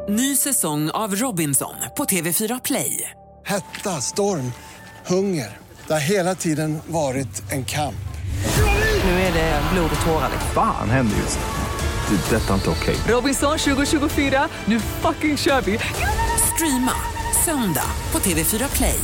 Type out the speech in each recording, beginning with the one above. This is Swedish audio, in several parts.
Ny säsong av Robinson på TV4 Play. Hetta, storm, hunger. Det har hela tiden varit en kamp. Nu är det blod och tårar. Fan händer just nu. Det. Detta är inte okej. Robinson 2024, nu fucking kör vi. Streama söndag på TV4 Play.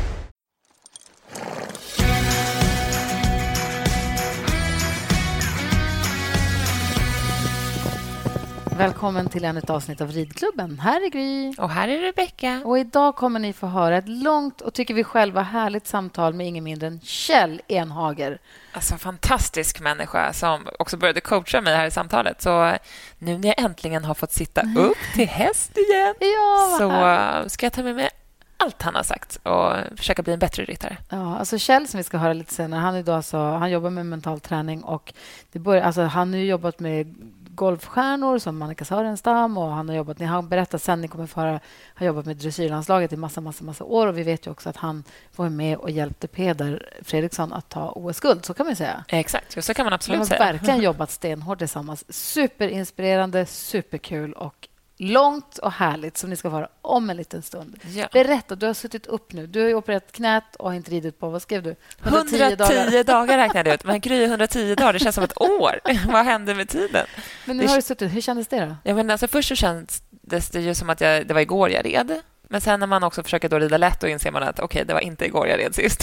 Välkommen till ett avsnitt av Ridklubben. Här är Gry. Och här är Rebecca. Och idag kommer ni få höra ett långt och tycker vi själva härligt samtal med ingen mindre än Kjell Enhager. Alltså en fantastisk människa som också började coacha mig här i samtalet. Så nu när jag äntligen har fått sitta upp till häst igen så ska jag ta med mig allt han har sagt och försöka bli en bättre ryttare. Ja, alltså Kjell som vi ska höra lite senare, han jobbar med mental träning och han har ju jobbat med golfstjärnor som Annika Sörenstam och han har jobbat, ni har berättat sen, ni kommer få höra, har jobbat med dressyrlandslaget i massa år och vi vet ju också att han var med och hjälpte Peder Fredriksson att ta OS-guld, så kan man säga. Exakt, just så kan man absolut säga. De har verkligen jobbat stenhårt tillsammans. Superinspirerande, superkul och långt och härligt som ni ska vara om en liten stund. Ja. Berätta, du har suttit upp nu. Du har opererat knät och har inte ridit på, vad skrev du? 110 dagar räknade jag ut. Men Gry, 110 dagar, det känns som ett år. Vad hände med tiden? Men nu har du suttit, hur kändes det då? Ja, men alltså, först så kändes det ju som att det var igår jag red. Men sen när man också försöker då rida lätt, då inser man att okej, det var inte igår jag red sist.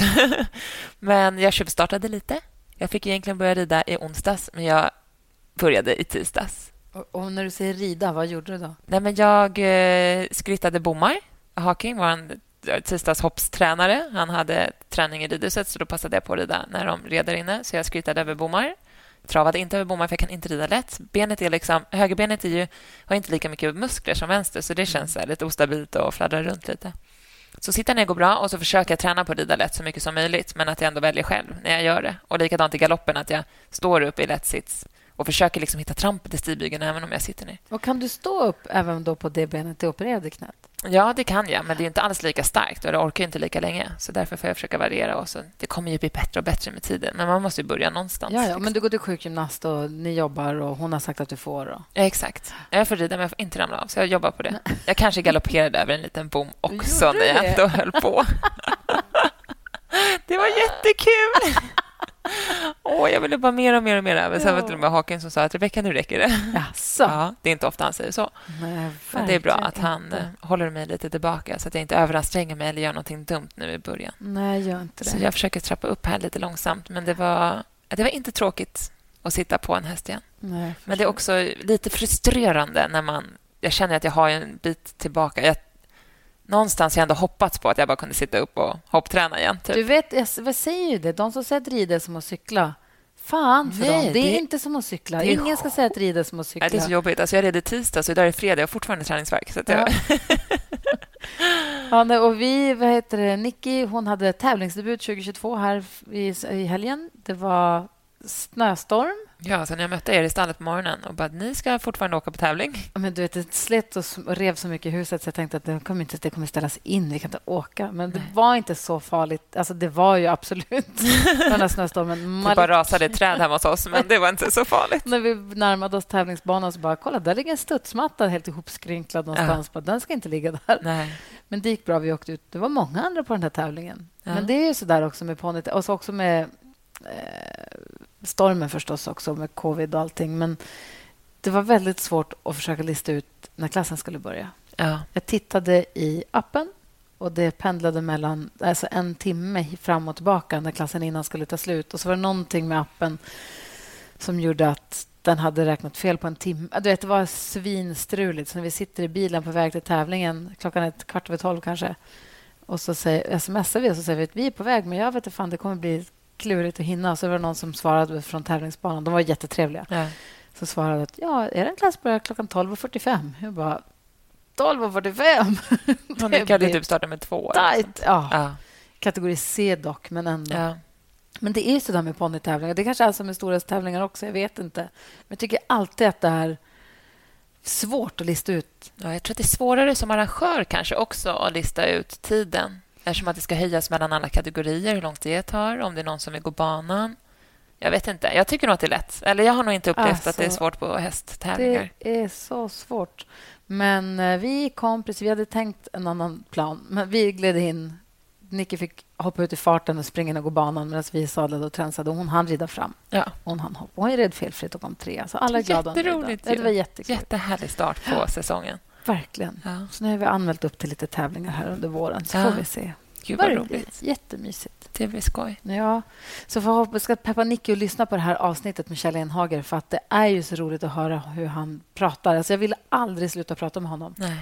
Men jag tjuvstartade lite. Jag fick egentligen börja rida i onsdags, men jag började i tisdags. Och när du säger rida, vad gjorde du då? Nej, men jag skrittade bommar. Hawking var en tisdagshoppstränare. Han hade träning i ridhuset, så då passade jag på att rida när de red där inne. Så jag skrittade över bommar. Travade inte över bommar för jag kan inte rida lätt. Benet är liksom, högerbenet har inte lika mycket muskler som vänster, så det känns lite ostabilt och fladdrar runt lite. Så sitta ner går bra och så försöker jag träna på att rida lätt så mycket som möjligt, men att jag ändå väljer själv när jag gör det. Och likadant i galoppen, att jag står upp i lätt sits och försöker liksom hitta trampet i stigbygeln även om jag sitter ner. Och kan du stå upp även då på det benet du opererade knät? Ja, det kan jag, men det är inte alls lika starkt och det orkar inte lika länge. Så därför får jag försöka variera och så det kommer ju bli bättre och bättre med tiden. Men man måste ju börja någonstans. Ja, liksom. Men du går till sjukgymnast och ni jobbar och hon har sagt att du får. Då. Ja, exakt. Jag får rida men jag får inte ramla av, så jag jobbar på det. Jag kanske galopperade över en liten bom också när jag ändå höll på. Det var jättekul! Jag ville bara mer och mer och mer över. Sen var det till och med Haken som sa att Rebecca, nu räcker det. Jaså. Ja, det är inte ofta han säger så. Nej, men det är bra att han håller mig lite tillbaka så att jag inte överanstränger mig eller gör någonting dumt nu i början. Nej, gör inte det. Så jag försöker trappa upp här lite långsamt. Men det var inte tråkigt att sitta på en häst igen. Nej, men det är också lite frustrerande när jag känner att jag har en bit tillbaka. Någonstans har jag ändå hoppats på att jag bara kunde sitta upp och hoppträna igen. Typ. Du vet, jag säger ju det. De som säger att rida är som att cykla. Fan för dem. Det är inte som att cykla. Ingen ska säga att rida är som att cykla. Nej, det är så jobbigt. Alltså, jag red i tisdag, så idag är det fredag. Jag har fortfarande träningsvärk. Så att Nicky, hon hade tävlingsdebut 2022 här i helgen. Det var snöstorm. Ja, så när jag mötte er i stallet på morgonen och bara, ni ska fortfarande åka på tävling. Men du vet, det slet och rev så mycket i huset så jag tänkte att det kommer ställas in, vi kan inte åka. Men det var inte så farligt. Alltså det var ju absolut den här snöstormen. Det bara rasade ett träd hemma hos oss, men det var inte så farligt. När vi närmade oss tävlingsbanan så bara, kolla, där ligger en studsmatta helt ihopskrynklad någonstans. Ja. Den ska inte ligga där. Nej. Men det gick bra, vi åkte ut. Det var många andra på den här tävlingen. Ja. Men det är ju så där också med ponny. Och så också med stormen förstås också, med covid och allting. Men det var väldigt svårt att försöka lista ut när klassen skulle börja. Ja. Jag tittade i appen och det pendlade mellan en timme fram och tillbaka när klassen innan skulle ta slut. Och så var det någonting med appen som gjorde att den hade räknat fel på en timme. Du vet, det var svinstruligt. Så när vi sitter i bilen på väg till tävlingen, klockan är 11:15 kanske, och så smsar vi och så säger vi att vi är på väg, men jag vet inte fan, det kommer bli klurigt att hinna. Så var det någon som svarade från tävlingsbanan. De var jättetrevliga. Ja. Så svarade att är det en klass börjar klockan 12:45? Jag bara, 12:45? Och ni hade typ startat med 2. Ja. Kategori C dock, men ändå. Ja. Men det är så där med ponnytävlingar. Det kanske är som med stora tävlingar också, jag vet inte. Men jag tycker alltid att det är svårt att lista ut. Ja, jag tror att det är svårare som arrangör kanske också att lista ut tiden. Eftersom att det ska höjas mellan alla kategorier, hur långt det tar, om det är någon som vill gå banan. Jag vet inte. Jag tycker nog att det är lätt. Eller jag har nog inte upplevt Alltså, att det är svårt på hästtävlingar. Det är så svårt. Men vi kom precis, vi hade tänkt en annan plan. Men vi gled in. Nicky fick hoppa ut i farten och springa in och gå banan medan vi sadlade och tränsade. Och hon hann rida fram. Ja. Hon hann hoppa. Hon är rädd felfritt och kom 3. Så alla är glada. Jätteroligt. Det var jättekul. Jättehärlig start på säsongen. Verkligen. Ja. Så nu har vi anmält upp till lite tävlingar här under våren. Så får vi se. Gud vad roligt. Jättemysigt. Det blir skoj. Ja, så jag ska peppa Nicky och lyssna på det här avsnittet med Kjell Enhager för att det är ju så roligt att höra hur han pratar. Alltså jag vill aldrig sluta prata med honom. Nej.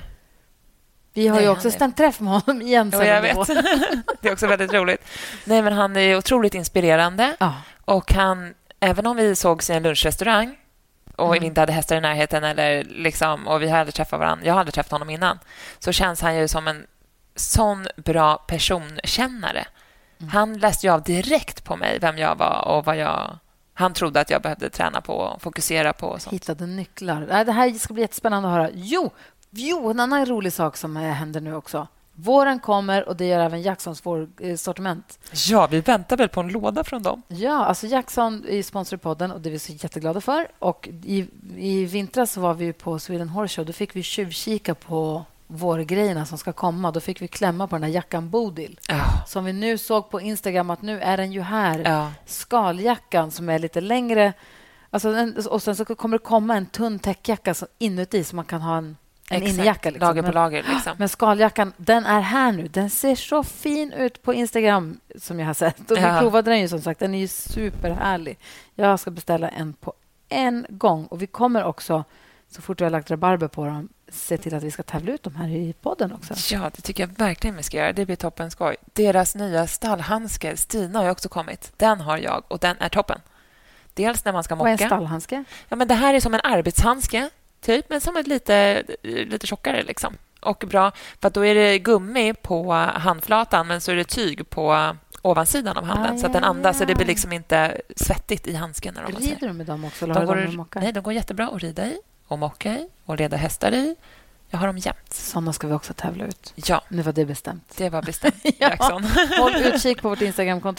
Vi har ju också stämt träff med honom igen. Ja, jag vet. Det är också väldigt roligt. Nej, men han är otroligt inspirerande. Ja. Och han, även om vi sågs i en lunchrestaurang och vi inte hade hästar i närheten eller liksom, och vi hade träffat varandra, jag hade träffat honom innan, så känns han ju som en sån bra personkännare. Han läste ju av direkt på mig vem jag var och vad han trodde att jag behövde träna på och fokusera på. Och sånt. Hittade nycklar. Det här ska bli jättespännande att höra. Jo, en annan rolig sak som händer nu också. Våren kommer och det gör även Jacksons sortiment. Ja, vi väntar väl på en låda från dem. Ja, alltså Jackson är sponsor i podden och det är vi så jätteglada för. Och i vintras så var vi på Sweden Horse Show. Då fick vi tjuvkika på vårgrejerna som ska komma. Då fick vi klämma på den här jackan Bodil. Som vi nu såg på Instagram att nu är den ju här. Ja. Skaljackan som är lite längre. Alltså, och sen så kommer det komma en tunn täckjacka inuti så man kan ha en innejacka. Liksom. Lager på lager. Liksom. Men skaljackan, den är här nu. Den ser så fin ut på Instagram som jag har sett. Och vi provade den ju som sagt. Den är ju superhärlig. Jag ska beställa en på en gång. Och vi kommer också, så fort vi har lagt rabarber på dem, se till att vi ska tävla ut dem här i podden också. Ja, det tycker jag verkligen vi ska göra. Det blir toppen skoj. Deras nya stallhandske, Stina, har ju också kommit. Den har jag och den är toppen. Dels när man ska mocka. Vad är en stallhandske? Ja, men det här är som en arbetshandske, typ, men som ett lite tjockare liksom. Och bra, för att då är det gummi på handflatan men så är det tyg på ovansidan av handen så att den andas så det blir liksom inte svettigt i handsken. Rider du med dem också? Eller de går jättebra att rida i och mocka i och leda hästar i. Jag har dem jämt. Sådana ska vi också tävla ut. Ja. Nu var det bestämt. Det var bestämt, Jackson. Håll utkik på vårt Instagramkonto.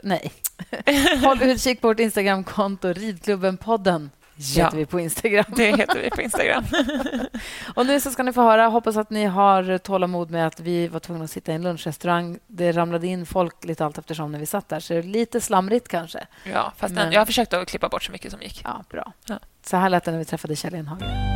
Håll utkik på vårt Instagramkonto Ridklubben-podden. Heter vi på Instagram. Det heter vi på Instagram. Och nu så ska ni få höra. Hoppas att ni har tålamod med att vi var tvungna att sitta i en lunchrestaurang. Det ramlade in folk lite allt eftersom när vi satt där. Så det är lite slamrigt kanske. Ja, fast jag har försökt att klippa bort så mycket som gick. Ja, bra. Ja. Så här lät det när vi träffade Kjell Enhager.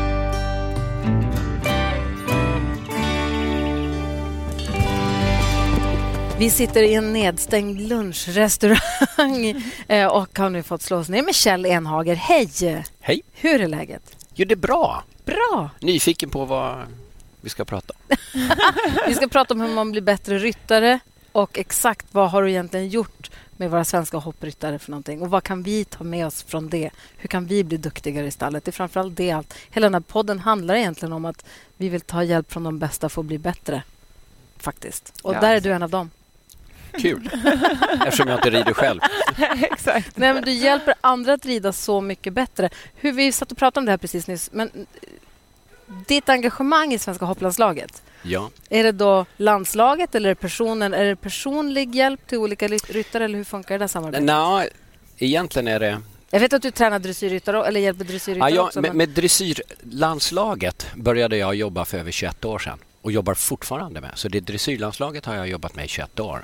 Vi sitter i en nedstängd lunchrestaurang och har nu fått slå oss ner med Kjell Enhager. Hej! Hej! Hur är läget? Jo, det är bra. Bra! Nyfiken på vad vi ska prata om. Vi ska prata om hur man blir bättre ryttare och exakt vad har du egentligen gjort med våra svenska hoppryttare för någonting. Och vad kan vi ta med oss från det? Hur kan vi bli duktigare i stallet? Det är framförallt det allt. Hela den här podden handlar egentligen om att vi vill ta hjälp från de bästa för att bli bättre. Faktiskt. Och där är du en av dem. Kul. Eftersom jag inte rider själv. Exakt. Nej, men du hjälper andra att rida så mycket bättre. Vi satt och pratade om det här precis nyss. Men ditt engagemang i svenska hopplandslaget. Ja. Är det då landslaget eller är det personlig hjälp till olika ryttare eller hur funkar det där samarbetet? Nej, egentligen är det... Jag vet att du tränar dressyrryttare eller hjälper dressyrryttare också. Med dressyrlandslaget började jag jobba för över 21 år sedan och jobbar fortfarande med. Så det dressyrlandslaget har jag jobbat med i 21 år.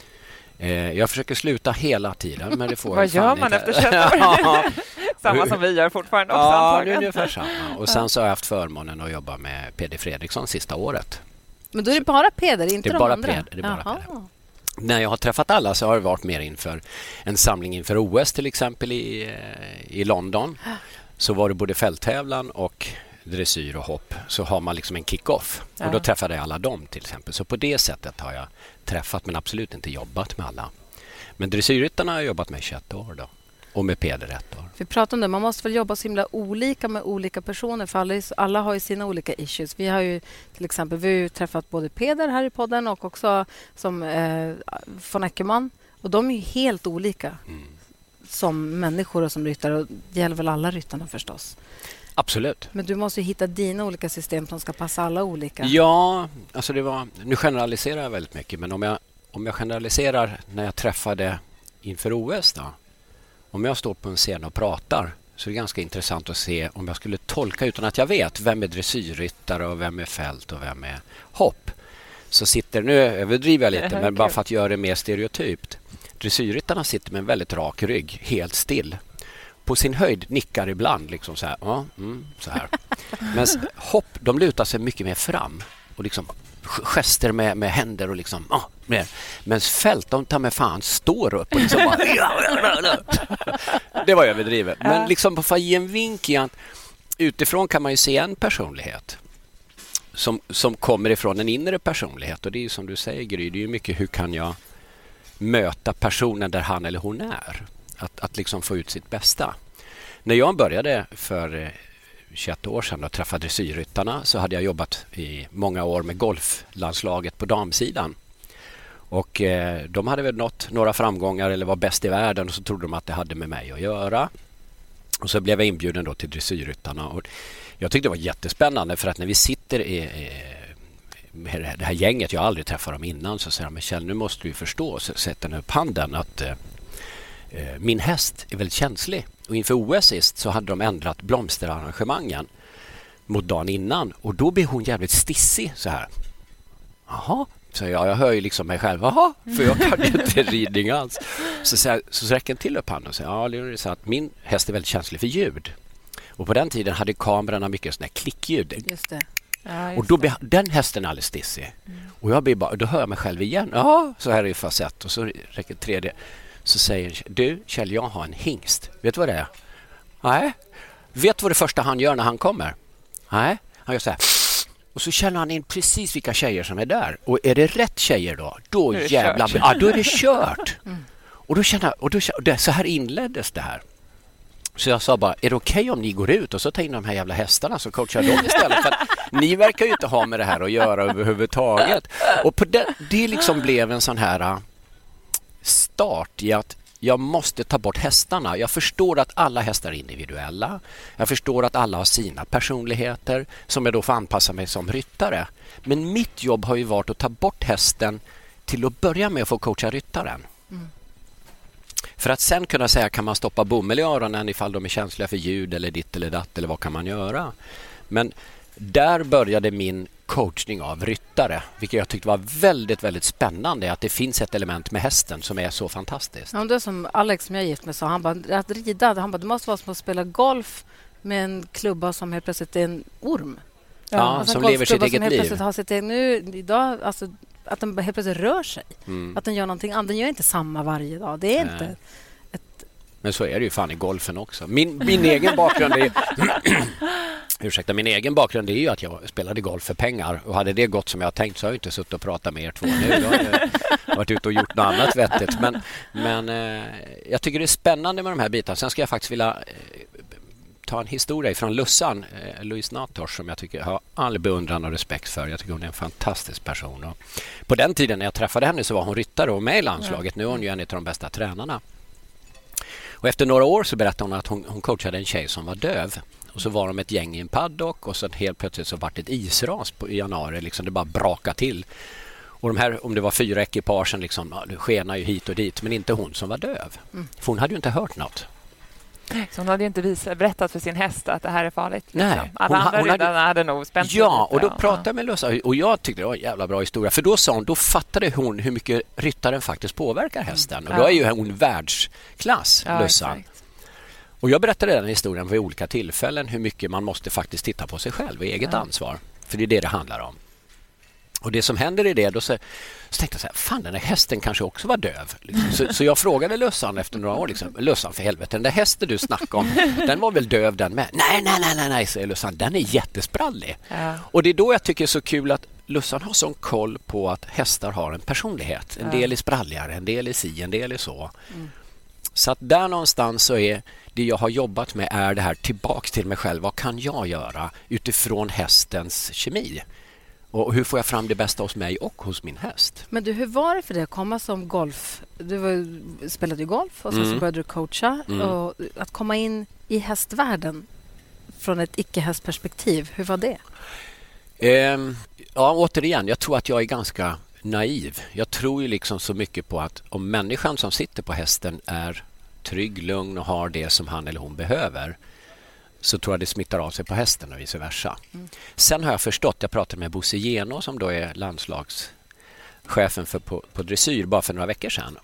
Jag försöker sluta hela tiden, men det får vad gör man efter 21 år? Samma som vi gör fortfarande också. Ja, det är ungefär samma. Och sen så har jag haft förmånen att jobba med Peder Fredriksson sista året. Men då är det bara Peder, inte de andra? Det är bara Peder. När jag har träffat alla så har det varit mer inför en samling inför OS till exempel i London. Så var det både fälttävlan och dressyr och hopp. Så har man liksom en kick-off. Och då träffade jag alla dem till exempel. Så på det sättet har jag träffat men absolut inte jobbat med alla. Men dressyrryttarna har jag jobbat med i 21 år då. Och med Peder 1 år. Vi pratar om det. Man måste väl jobba så himla olika med olika personer. För alla har ju sina olika issues. Vi har ju till exempel träffat både Peder här i podden och också som von Eckermann. Och de är ju helt olika som människor och som ryttare. Och det gäller väl alla ryttarna förstås. Absolut. Men du måste ju hitta dina olika system som ska passa alla olika. Ja, alltså nu generaliserar jag väldigt mycket. Men om jag generaliserar när jag träffade inför OS då. om jag står på en scen och pratar så är det ganska intressant att se om jag skulle tolka utan att jag vet vem är dressyrryttare och vem är fält och vem är hopp. Så sitter, nu överdriver jag lite, men bara för att göra det mer stereotypt. Dressyrryttarna sitter med en väldigt rak rygg, helt still. På sin höjd nickar ibland liksom så här. Så här. Men hopp, de lutar sig mycket mer fram och liksom gester med händer och liksom men fält, de tar med fan står upp och liksom bara, det var överdrivet. Men liksom för att ge en vink igen, utifrån kan man ju se en personlighet som kommer ifrån en inre personlighet, och det är ju som du säger Gry, det är ju mycket hur kan jag möta personen där han eller hon är, att liksom få ut sitt bästa. När jag började för 21 år sedan och träffade dressyrryttarna så hade jag jobbat i många år med golflandslaget på damsidan. Och de hade väl nått några framgångar eller var bäst i världen, och så trodde de att det hade med mig att göra. Och så blev jag inbjuden då till dressyrryttarna, och jag tyckte det var jättespännande, för att när vi sitter med det här gänget, jag har aldrig träffat dem innan, så säger de, men Kjell, nu måste du förstå, så sätter den upp handen, att min häst är väldigt känslig. Och inför OS sist så hade de ändrat blomsterarrangemangen mot dagen innan, och då blev hon jävligt stissig så här. Jaha, så jag hör ju liksom mig själv, jaha, för jag kan ju inte ridning alls. Så räcker en till upp handen och säger, ja, det är så att min häst är väldigt känslig för ljud. Och på den tiden hade kamerorna mycket sådana här klickljud. Just det. Ja, och då blir den hästen alldeles stissig. Och jag blir bara, då hör jag mig själv igen. Ja, så här är ju facett. Och så räcker tredje. Så säger du, Kjell, jag har en hingst. Vet du vad det är? Nej. Vet du vad det första han gör när han kommer? Nej. Han gör så här. Och så känner han in precis vilka tjejer som är där. Och är det rätt tjejer då jävlar, då är det kört. Och då känner jag, så här inleddes det här. Så jag sa bara, är det okej om ni går ut och så tar in de här jävla hästarna så coachar dem istället? För att ni verkar ju inte ha med det här att göra överhuvudtaget. Och på det liksom blev en sån här start i att jag måste ta bort hästarna. Jag förstår att alla hästar är individuella. Jag förstår att alla har sina personligheter som jag då får anpassa mig som ryttare. Men mitt jobb har ju varit att ta bort hästen till att börja med att få coacha ryttaren. För att sen kunna säga, kan man stoppa bomull i öronen ifall de är känsliga för ljud eller ditt eller datt, eller vad kan man göra? Men där började min coachning av ryttare, vilket jag tyckte var väldigt, väldigt spännande, att det finns ett element med hästen som är så fantastiskt. Ja, det som Alex som jag är gift med sa, han bara, att rida, han bara, det måste vara som att spela golf med en klubba som helt plötsligt är en orm. Ja, alltså som lever sitt eget liv. Har sitt eget, nu, idag, alltså, att den helt plötsligt rör sig. Att den gör någonting annat. Den gör inte samma varje dag. Det är inte Men så är det ju fan i golfen också. Min egen bakgrund är min egen bakgrund är ju att jag spelade golf för pengar, och hade det gått som jag tänkt så har jag inte suttit och pratat med er två nu. Då har jag varit ute och gjort något annat vettigt. Men jag tycker det är spännande med de här bitarna. Sen ska jag faktiskt vilja ta en historia från Lussan, Louise Nators, som jag tycker har all beundran och respekt för. Jag tycker hon är en fantastisk person. Och på den tiden när jag träffade henne så var hon ryttare och med i landslaget. Nu är hon ju en av de bästa tränarna. Och efter några år så berättade hon att hon coachade en tjej som var döv. Och så var de ett gäng i en paddock, och så helt plötsligt så var det ett isras i januari. Liksom det bara brakade till. Och de här, om det var 4 ekipagen, liksom, det skenar ju hit och dit. Men inte hon som var döv. För hon hade ju inte hört något. Så hon hade ju inte berättat för sin häst att det här är farligt. Liksom. Nej, alla andra riddarna hade nog spänt sig ja, lite. Och då pratade jag med Lussa, och jag tyckte det var en jävla bra historia. För då sa hon, då fattade hon hur mycket ryttaren faktiskt påverkar hästen. Och då är ju hon världsklass, Lussan. Och jag berättade den historien vid olika tillfällen, hur mycket man måste faktiskt titta på sig själv och eget ansvar. För det är det handlar om. Och det som händer i det, då så tänkte jag så här, fan, den där hästen kanske också var döv. Liksom. Så jag frågade Lussan efter några år, liksom, Lussan, för helvete, den där hästen du snackade om, den var väl döv den med? Nej, säger Lussan, den är jättesprallig. Ja. Och det är då jag tycker det är så kul att Lussan har sån koll på att hästar har en personlighet. En del är spralligare, en del är si, en del är så. Så att där någonstans så är det jag har jobbat med är det här tillbaka till mig själv. Vad kan jag göra utifrån hästens kemi? Och hur får jag fram det bästa hos mig och hos min häst? Men du, hur var det för dig att komma som golf? Du spelade ju golf och sen så började du coacha. Och att komma in i hästvärlden från ett icke-hästperspektiv, hur var det? Ja, återigen, jag tror att jag är ganska naiv. Jag tror ju liksom så mycket på att om människan som sitter på hästen är trygg, lugn och har det som han eller hon behöver, så tror jag det smittar av sig på hästen och vice versa. Sen har jag förstått, jag pratade med Bosse Geno som då är landslagschefen på dressyr bara för några veckor sedan.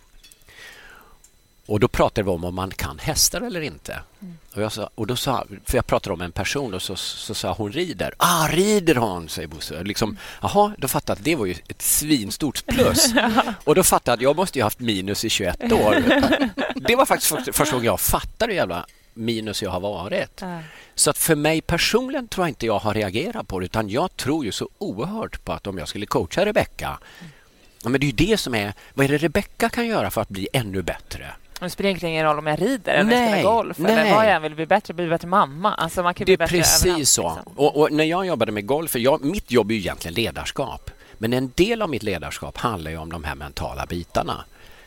Och då pratade vi om man kan hästar eller inte. Och då sa, för jag pratade om en person och så sa hon rider. Rider hon, säger Bosse. Liksom, jaha, då fattade jag att det var ju ett svinstort plus. Och då fattade jag att jag måste ju haft minus i 21 år. Det var faktiskt första gången jag fattade jävla minus jag har varit. Så att för mig personligen tror jag inte jag har reagerat på det, utan jag tror ju så oerhört på att om jag skulle coacha Rebecca, men det är ju det som är, vad är det Rebecca kan göra för att bli ännu bättre? Det spelar egentligen ingen roll om jag rider eller spelar golf eller vad jag vill bli bättre mamma. Alltså man kan bli bättre precis överallt, så. Liksom. Och när jag jobbade med golf, mitt jobb är ju egentligen ledarskap. Men en del av mitt ledarskap handlar ju om de här mentala bitarna.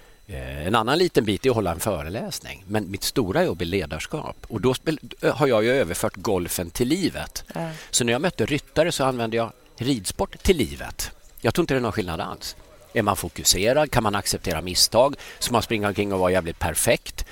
En annan liten bit är att hålla en föreläsning. Men mitt stora jobb är ledarskap. Och då har jag ju överfört golfen till livet. Så när jag mötte ryttare så använde jag ridsport till livet. Jag tror inte det är någon skillnad alls. Är man fokuserad? Kan man acceptera misstag? Så man springer omkring och vara jävligt perfekt?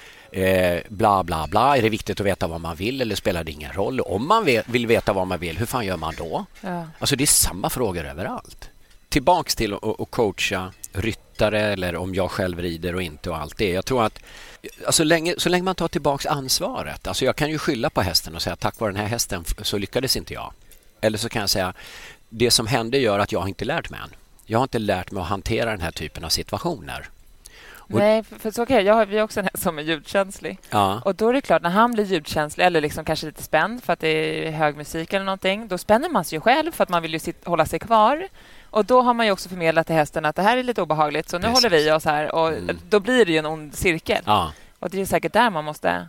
Bla bla bla. Är det viktigt att veta vad man vill eller spelar det ingen roll? Om man vill veta vad man vill, hur fan gör man då? Alltså det är samma frågor överallt. Tillbaks till att coacha ryttare eller om jag själv rider och inte och allt det. Jag tror att så länge man tar tillbaks ansvaret. Alltså jag kan ju skylla på hästen och säga tack vare den här hästen så lyckades inte jag. Eller så kan jag säga det som hände gör att jag inte lärt mig än. Jag har inte lärt mig att hantera den här typen av situationer. Nej, för så vi har också en häst som är ljudkänslig. Och då är det klart, när han blir ljudkänslig eller liksom kanske lite spänd för att det är hög musik eller någonting, då spänner man sig ju själv för att man vill ju hålla sig kvar. Och då har man ju också förmedlat till hästen att det här är lite obehagligt, så nu håller vi oss här. Och då blir det ju en ond cirkel. Och det är säkert där man måste...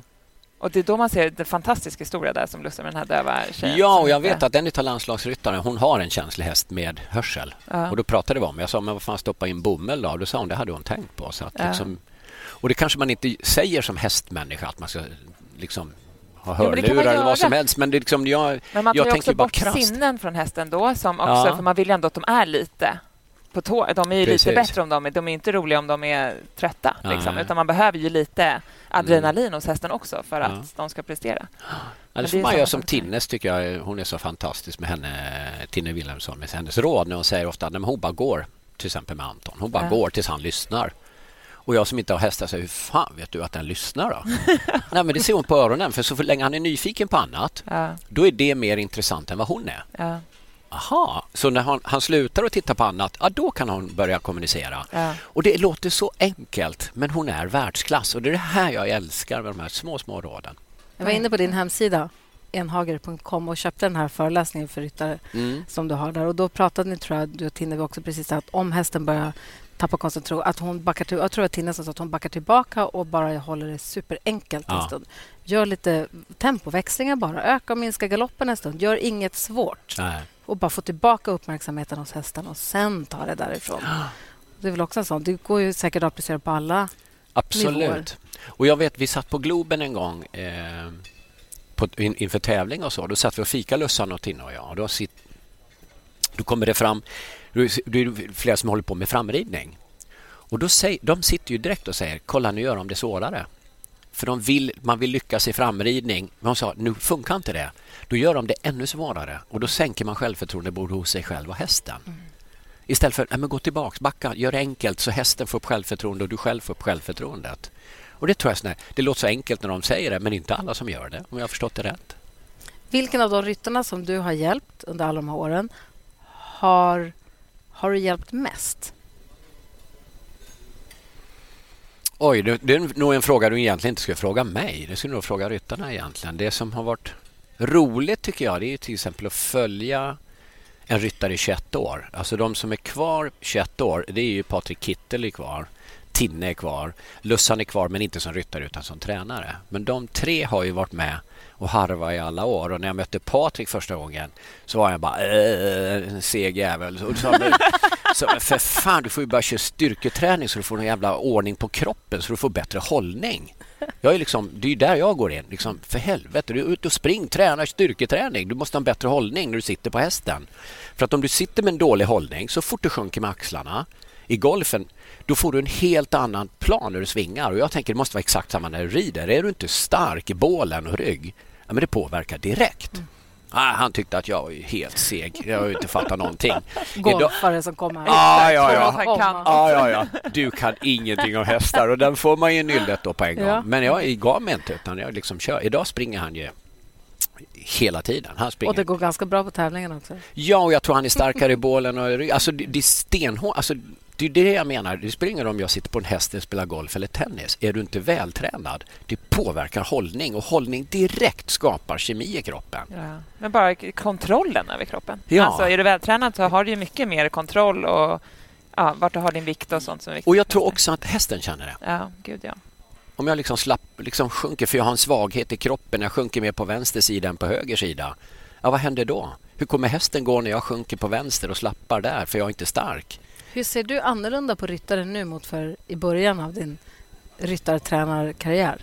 Och det är då man ser den fantastiska historia där som lustar med den här döva tjejen. Ja, och jag vet att den utav landslagsryttaren, hon har en känslig häst med hörsel. Och då pratade vi om, jag sa, men vad fan stoppa in bomull då? Då sa hon, det hade hon tänkt på. Så att liksom, och det kanske man inte säger som hästmänniska att man ska liksom ha hörlurar eller vad som helst. Men det är liksom, men man tar ju också bort sinnen från hästen då, som också, för man vill ju ändå att de är lite på tå. De är ju lite bättre om de är inte roliga om de är trötta. Liksom. Utan man behöver ju lite adrenalin hos hästen också för att de ska prestera. Ja, det får man göra som Tinnes, tycker jag. Hon är så fantastisk med henne, Tinne Wilhelmsson, med hennes råd när hon säger ofta när hon bara går, till exempel med Anton. Hon bara går tills han lyssnar. Och jag som inte har hästar säger, hur fan vet du att den lyssnar då? Nej, men det ser hon på öronen. För så länge han är nyfiken på annat, då är det mer intressant än vad hon är. Aha, så när han slutar att titta på annat, då kan hon börja kommunicera. Och det låter så enkelt, men hon är världsklass. Och det är det här jag älskar med de här små råden. Jag var inne på din hemsida, enhager.com, och köpte den här föreläsningen för ryttare som du har där. Och då pratade ni, tror jag, du och Tinne också precis att om hästen börjar tappa koncentration, att hon backar till, jag tror att Tinne sa att hon backar tillbaka och bara håller det superenkelt en stund. Gör lite tempoväxlingar bara, öka och minska galoppen en stund. Gör inget svårt. Nej. Och bara få tillbaka uppmärksamheten hos hästen och sen ta det därifrån. Det är väl också en sån. Det går ju säkert att applicera på alla nivåer. Absolut. Och jag vet, vi satt på Globen en gång inför tävling och så. Då satt vi och fika Lussan och Tinne och jag. Och då kommer det fram, det är flera som håller på med framridning. Och då de sitter ju direkt och säger, kolla nu gör de det svårare. För man vill lyckas i framridning. Men de sa, nu funkar inte det. Då gör de det ännu svårare. Och då sänker man självförtroende både hos sig själv och hästen. Istället för att gå tillbaka, backa, gör det enkelt så hästen får upp självförtroende och du själv får upp självförtroendet. Och det tror jag det låter så enkelt när de säger det, men inte alla som gör det, om jag har förstått det rätt. Vilken av de ryttarna som du har hjälpt under alla de här åren har du hjälpt mest? Oj, det är nog en fråga du egentligen inte skulle fråga mig. Det skulle nog fråga ryttarna egentligen. Det som har varit roligt tycker jag, det är till exempel att följa en ryttare i 21 år. Alltså de som är kvar 21 år, det är ju Patrik Kittel är kvar, Tinne är kvar, Lussan är kvar men inte som ryttare utan som tränare. Men de tre har ju varit med och harva i alla år. Och när jag mötte Patrik första gången så var jag bara en seg jävel. Och så för fan, du får ju bara köra styrketräning så du får en jävla ordning på kroppen så du får bättre hållning. Jag är liksom, det är ju där jag går in. Liksom, för helvete, du är ute och spring, tränar styrketräning. Du måste ha en bättre hållning när du sitter på hästen. För att om du sitter med en dålig hållning så fort du sjunker med axlarna I golfen, då får du en helt annan plan när du svingar. Och jag tänker det måste vara exakt samma när du rider. Är du inte stark i bålen och rygg, ja, men det påverkar direkt. Han tyckte att jag var helt seg. Jag har ju inte fattat någonting. Golfare som kommer här. Ja. Du kan ingenting om hästar. Och den får man ju nyllet då på en gång. Men jag gav mig inte, utan jag liksom kör. Idag springer han ju hela tiden. Han springer. Och det går ganska bra på tävlingen också. Ja, och jag tror han är starkare i bålen. Och, alltså, det är stenhårt. Alltså, det är det jag menar. Det spelar ingen roll om jag sitter på en häst och spelar golf eller tennis. Är du inte vältränad, det påverkar hållning. Och hållning direkt skapar kemi i kroppen. Ja. Men bara kontrollen över kroppen. Ja. Alltså, är du vältränad så har du ju mycket mer kontroll och vart du har din vikt och sånt som är viktigt. Och jag tror också att hästen känner det. Ja, gud ja. Om jag liksom sjunker, för jag har en svaghet i kroppen. Jag sjunker mer på vänster sida än på höger sida. Ja, vad händer då? Hur kommer hästen gå när jag sjunker på vänster och slappar där för jag är inte stark? Hur ser du annorlunda på ryttare nu mot för i början av din ryttartränarkarriär?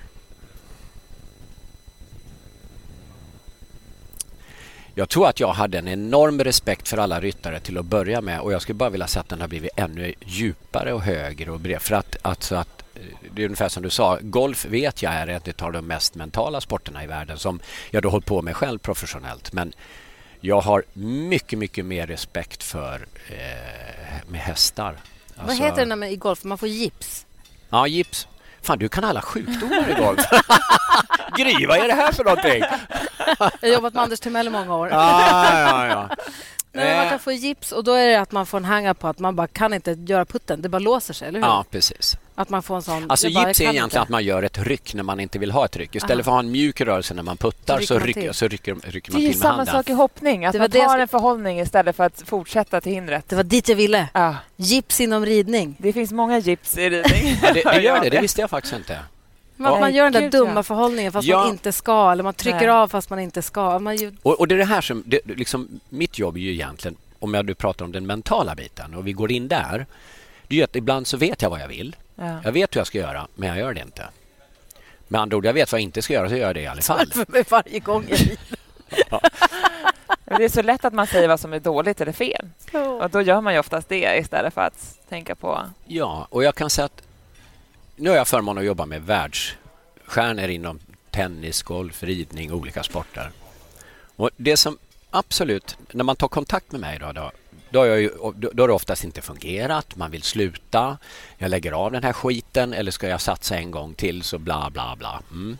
Jag tror att jag hade en enorm respekt för alla ryttare till att börja med, och jag skulle bara vilja säga att den har blivit ännu djupare och högre och bred. För att det är ungefär som du sa, golf vet jag är ett av de mest mentala sporterna i världen som jag då hållit på med själv professionellt. Men jag har mycket, mycket mer respekt för med hästar. Vad heter det i golf? Man får gips. Ja, gips. Fan, du kan alla sjukdomar i golf. Gry, vad är det här för någonting? Jag har jobbat med Anders Timell i många år. Ja. Nej, man kan få gips och då är det att man får en hänga på att man bara kan inte göra putten. Det bara låser sig, eller hur? Ja, precis. Att man får en sån... Alltså gips är egentligen att man gör ett ryck när man inte vill ha ett ryck. Istället för att ha en mjuk rörelse när man puttar så rycker man till med handen. Det är samma sak i hoppning. Att man tar en förhållning istället för att fortsätta till hindret. Det var dit jag ville. Ja. Gips inom ridning. Det finns många gips i ridning. Det gör det visste jag faktiskt inte. Men man gör den där dumma förhållningen fast man inte ska. Eller man trycker av fast man inte ska. Och det är det här som... liksom, mitt jobb är ju egentligen, om jag nu pratar om den mentala biten och vi går in där, det är ju att ibland så vet jag vad jag vill. Ja. Jag vet hur jag ska göra, men jag gör det inte. Med andra ord, jag vet vad jag inte ska göra, så gör jag det i alla fall. För mig varje gång jag ja. Det är så lätt att man säger vad som är dåligt eller fel. Och då gör man ju oftast det istället för att tänka på... Ja, och jag kan säga att nu har jag förmånen att jobba med världsstjärnor inom tennis, golf, ridning och olika sporter. Och det som absolut, när man tar kontakt med mig då har det oftast inte fungerat. Man vill sluta. Jag lägger av den här skiten, eller ska jag satsa en gång till, så bla bla bla.